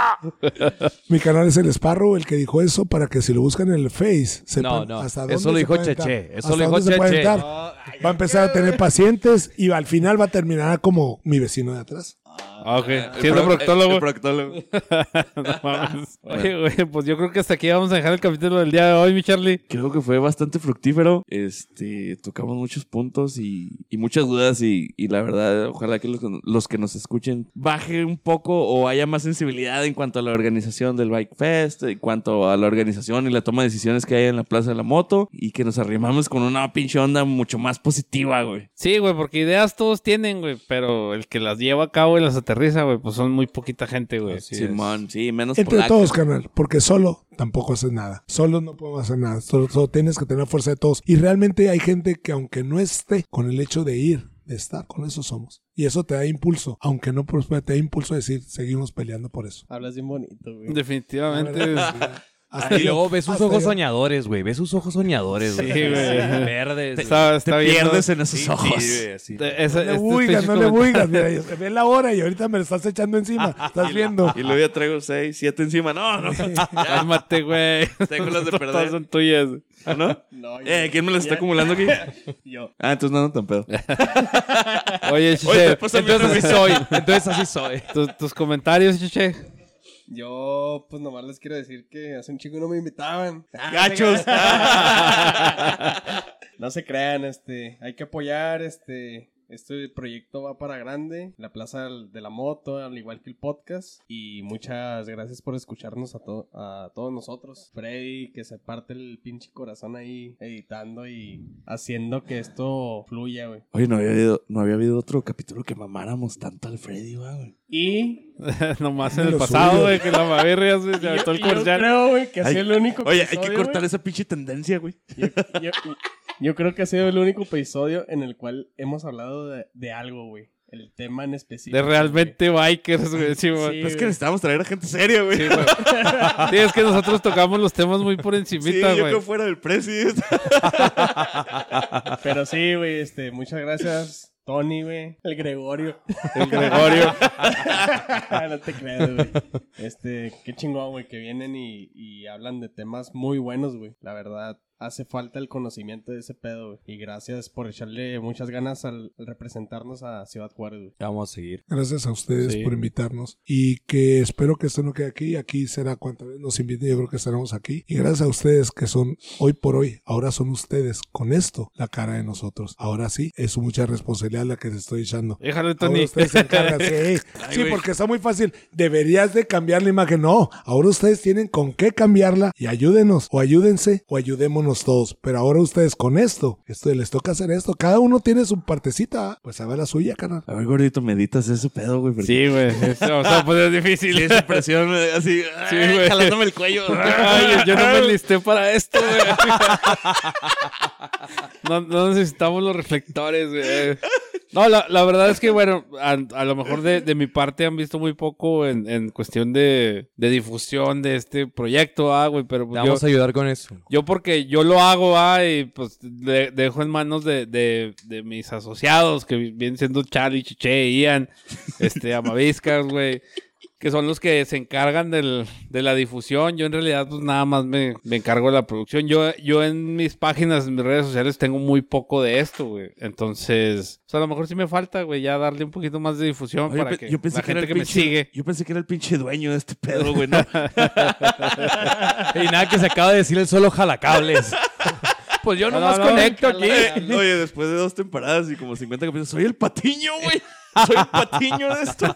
Mi canal es el Sparrow, el que dijo eso, para que si lo buscan en el Face, sepan No, hasta eso dónde lo se dijo pueden Cheche, entrar, eso hasta lo dijo dónde se pueden Cheche. entrar. Va a empezar a tener pacientes y al final va a terminar como mi vecino de atrás. Ok, siendo proctólogo. El proctólogo. No mames. Oye, güey, pues yo creo que hasta aquí vamos a dejar el capítulo del día de hoy, mi Charlie. Creo que fue bastante fructífero. Tocamos muchos puntos y muchas dudas y la verdad, ojalá que los que nos escuchen baje un poco o haya más sensibilidad en cuanto a la organización del Bike Fest, en cuanto a la organización y la toma de decisiones que hay en la Plaza de la Moto y que nos arrimamos con una pinche onda mucho más positiva, güey. Sí, güey, porque ideas todos tienen, güey, pero el que las lleva a cabo y las aterriza, güey, pues son muy poquita gente, güey. Simón, sí, menos Entre polacos. todos, carnal, porque solo tampoco haces nada. Solo no podemos hacer nada. Solo tienes que tener fuerza de todos. Y realmente hay gente que aunque no esté con el hecho de ir, de estar, con eso somos. Y eso te da impulso. Aunque no prospere, te da impulso a decir, seguimos peleando por eso. Hablas bien bonito, güey. Definitivamente. Hasta Y yo- luego ves sus hasta ojos yo- soñadores, güey. Ves sus ojos soñadores, Sí, güey. güey. Verdes. Está viendo- Pierdes en esos Sí, ojos. güey, así. Esa- No le este buigas, no pinche le comentario- buigas. Mira, se ve la hora y ahorita me lo estás echando encima. Estás viendo. Y luego ya traigo 6, 7 encima. No. Cálmate, güey. Tengo las de perder. Todas son tuyas. ¿Ah, no? No, ¿Quién me las está ya- acumulando aquí? Yo. Ah, entonces no ando tan pedo. Oye, Cheche, Entonces así soy. Entonces así soy. tus comentarios, Cheche. Yo, pues nomás les quiero decir que hace un chico no me invitaban. ¡Gachos! No se crean, hay que apoyar, este proyecto va para grande, la Plaza de la Moto, al igual que el podcast. Y muchas gracias por escucharnos a todos nosotros. Freddy, que se parte el pinche corazón ahí editando y haciendo que esto fluya, güey. Oye, no había habido otro capítulo que mamáramos tanto al Freddy, güey. Y Nomás en el Lo pasado, suyo. güey, que la mavirria se aventó el yo comercial. creo, güey, que ha sido el único Oye, hay episodio, que cortar güey. esa pinche tendencia, güey. Yo creo que ha sido el único episodio en el cual hemos hablado de algo, güey. El tema en específico. De realmente bikers, güey. Sí, güey. Sí, Es que necesitamos traer a gente seria, güey. Sí, güey. Sí, es que nosotros tocamos los temas muy por Sí, encimita, yo güey. que fuera del presi. Pero sí, güey, muchas gracias, Tony, güey. El Gregorio. El Gregorio. No te creas, güey. Qué chingón, güey, que vienen y hablan de temas muy buenos, güey. La verdad, hace falta el conocimiento de ese pedo, güey. Y gracias por echarle muchas ganas al representarnos a Ciudad Juárez, güey. Vamos a seguir. Gracias a ustedes Sí. por invitarnos. Y que espero que esto no quede aquí. Aquí será cuanta vez nos inviten, yo creo que estaremos aquí. Y gracias a ustedes que son hoy por hoy, ahora son ustedes con esto la cara de nosotros. Ahora sí, es mucha responsabilidad la que te estoy echando. Déjalo, Ahora Tony. ustedes se encargan, sí. Sí, güey. porque está muy fácil. Deberías de cambiar la imagen. No, ahora ustedes tienen con qué cambiarla y ayúdenos, o ayúdense, o ayudémonos todos. Pero ahora ustedes con esto les toca hacer esto. Cada uno tiene su partecita. Pues haga la suya, carnal. A ver, gordito, meditas ese pedo, güey. porque- Sí, güey. Eso o sea, pues es difícil. Sí, esa presión así, Sí, güey. jalándome el cuello. Ay, yo no me listé para esto, güey. No necesitamos los reflectores, güey. No, la verdad es que, bueno, a lo mejor de mi parte han visto muy poco en cuestión de difusión de este proyecto, güey, pero Te pues vamos a ayudar con eso. yo porque yo lo hago, y pues dejo en manos de mis asociados, que vienen siendo Charlie, Chiche, Ian, Amaviscas, güey, que son los que se encargan de la difusión. Yo en realidad pues nada más me encargo de la producción. Yo en mis páginas, en mis redes sociales tengo muy poco de esto, güey. Entonces, o sea, a lo mejor sí me falta, güey, ya darle un poquito más de difusión Oye, para que yo pensé la que era gente el que me pinche, sigue. Yo pensé que era el pinche dueño de este pedo, güey, ¿no? Y nada, que se acaba de decir el solo jalacables. Pues yo nomás conecto aquí. Oye, después de 2 temporadas y como 50 capítulos, soy el patiño, güey. Soy el patiño de esto.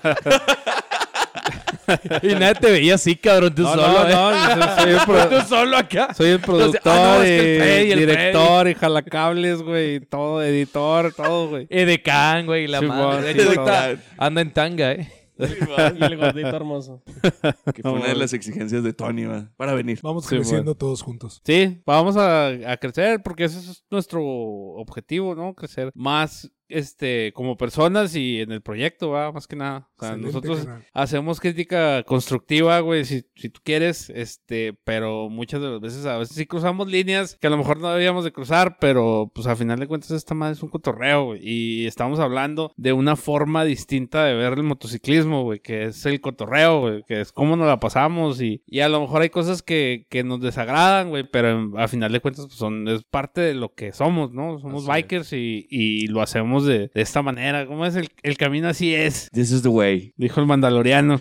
Y nadie te veía así, cabrón. Tú solo, Soy el Tú solo acá. Soy el productor, no, es que el Freddy, el director, y jalacables, güey, todo, editor, todo, güey. Edecán, güey, la Sí, madre. De sí, hecho, sí, ahorita anda en tanga, Y el gordito hermoso. Que fue una de las exigencias de Tony, va, para venir. Vamos Sí, creciendo todos juntos. Sí, vamos a crecer porque ese es nuestro objetivo, ¿no? Crecer más como personas y en el proyecto, va, más que nada. O sea, Excelente, nosotros carnal. hacemos crítica constructiva, güey, si tú quieres, pero muchas de las veces, a veces sí cruzamos líneas que a lo mejor no debíamos de cruzar, pero pues a final de cuentas esta madre es un cotorreo, güey, y estamos hablando de una forma distinta de ver el motociclismo, güey, que es el cotorreo, güey, que es cómo nos la pasamos y a lo mejor hay cosas que nos desagradan, güey, pero a final de cuentas pues, es parte de lo que somos, ¿no? Somos bikers y lo hacemos de esta manera. ¿Cómo es? El camino así es, This is the way. dijo el mandaloriano.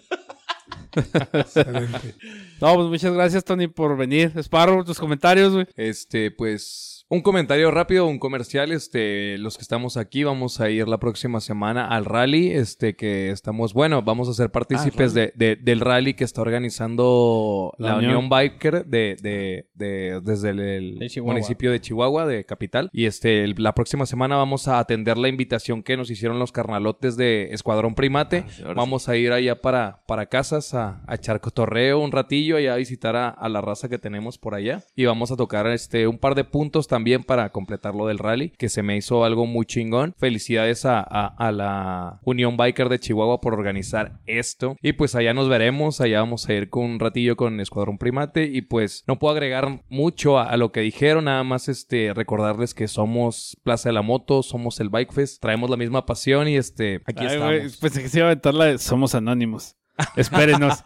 Excelente. No, pues muchas gracias, Tony, por venir. Sparrow, tus comentarios, güey. Pues un comentario rápido, un comercial. Los que estamos aquí vamos a ir la próxima semana al rally. Que estamos, bueno, vamos a ser partícipes del rally que está organizando la Unión Biker desde el De Chihuahua. municipio de Chihuahua, de capital. Y la próxima semana vamos a atender la invitación que nos hicieron los carnalotes de Escuadrón Primate. Vamos a ir allá para casas a echar cotorreo un ratillo, allá a visitar a la raza que tenemos por allá. Y vamos a tocar un par de puntos también para completar lo del rally, que se me hizo algo muy chingón. Felicidades a la Unión Biker de Chihuahua por organizar esto. Y pues allá nos veremos, allá vamos a ir con un ratillo con Escuadrón Primate. Y pues no puedo agregar mucho a lo que dijeron, nada más recordarles que somos Plaza de la Moto, somos el Bike Fest, traemos la misma pasión y aquí Ay, estamos. güey, pensé que se iba a aventar la de Somos Anónimos. Espérenos.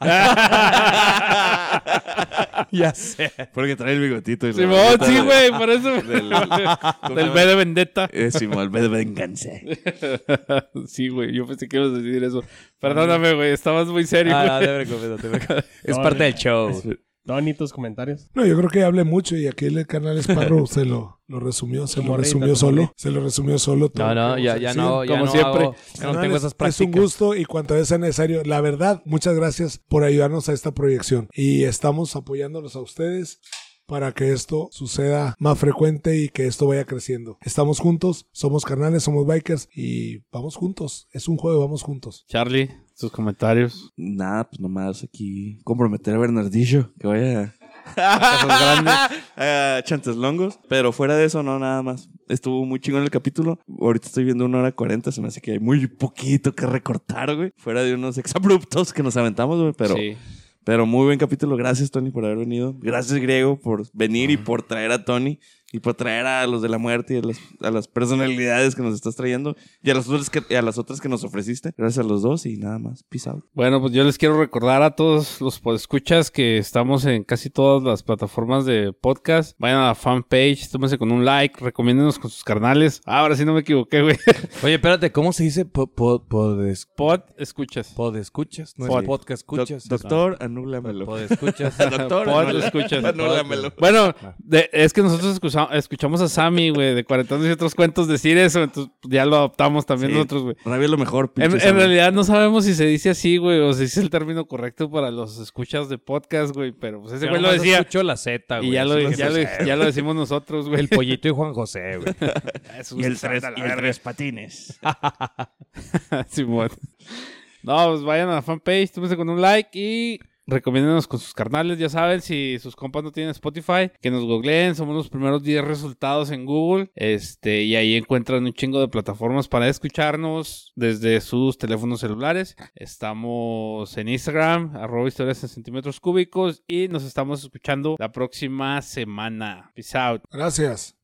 Ya sé. Porque trae el bigotito. Y la Simón, barbita sí, de- güey, por eso. ¿cómo Del se B llama? de Vendetta. Simón, el B de venganza. Sí, güey, yo pensé que ibas a decir eso. Perdóname, güey, estabas muy serio. Ah, güey. no, te preocupes. Es parte del show. Tony, tus comentarios. No, yo creo que hablé mucho y aquí el canal Sparrow se lo resumió, se lo Como resumió Rita, solo. como Se lo resumió solo. todo No, lo que ya vamos a decir. no, ya como no siempre. hago- ya no Carnal, tengo esas es prácticas. un gusto y cuanto vez sea necesario. La verdad, muchas gracias por ayudarnos a esta proyección. Y estamos apoyándolos a ustedes para que esto suceda más frecuente y que esto vaya creciendo. Estamos juntos, somos carnales, somos bikers y vamos juntos. Es un juego, vamos juntos. Charlie, tus comentarios. Nada, pues nomás aquí comprometer a Bernardillo que vaya a Chantes Longos. Pero fuera de eso, no, nada más. Estuvo muy chingón el capítulo. Ahorita estoy viendo 1:40. Se me hace que hay muy poquito que recortar, güey. Fuera de unos exabruptos que nos aventamos, güey. Sí. Pero muy buen capítulo. Gracias, Tony, por haber venido. Gracias, Griego, por venir y por traer a Tony. Y por traer a los de la muerte y a las personalidades que nos estás trayendo. Y a las otras que nos ofreciste. Gracias a los dos y nada más. Peace out. Bueno, pues yo les quiero recordar a todos los podescuchas que estamos en casi todas las plataformas de podcast. Vayan a la fanpage, tómense con un like, recomiéndenos con sus carnales. Ahora sí no me equivoqué, güey. Oye, espérate, ¿cómo se dice Podescuchas. podescuchas? No Pod. es podcast escuchas. Doctor, anúlamelo. Podescuchas. Doctor, Podescuchas. anúlamelo. Bueno, es que nosotros escuchamos a Sammy, güey, de Cuarentones y otros cuentos decir eso, entonces ya lo adoptamos también Sí. nosotros, güey. Rabia es lo mejor, pinche En Sammy. realidad no sabemos si se dice así, güey, o si es el término correcto para los escuchas de podcast, güey, pero pues ese Yo güey lo nomás decía escucho la Z, güey. y ya lo, Eso es ya, lo que sé. ya lo decimos nosotros, güey. El pollito y Juan José, güey. Y el tres patines. Simón. No, pues vayan a la fanpage, tómense con un like y recomiéndenos con sus carnales, ya saben, si sus compas no tienen Spotify, que nos googleen, somos los primeros 10 resultados en Google, y ahí encuentran un chingo de plataformas para escucharnos desde sus teléfonos celulares. Estamos en Instagram, @historias en centímetros cúbicos, y nos estamos escuchando la próxima semana. Peace out. Gracias.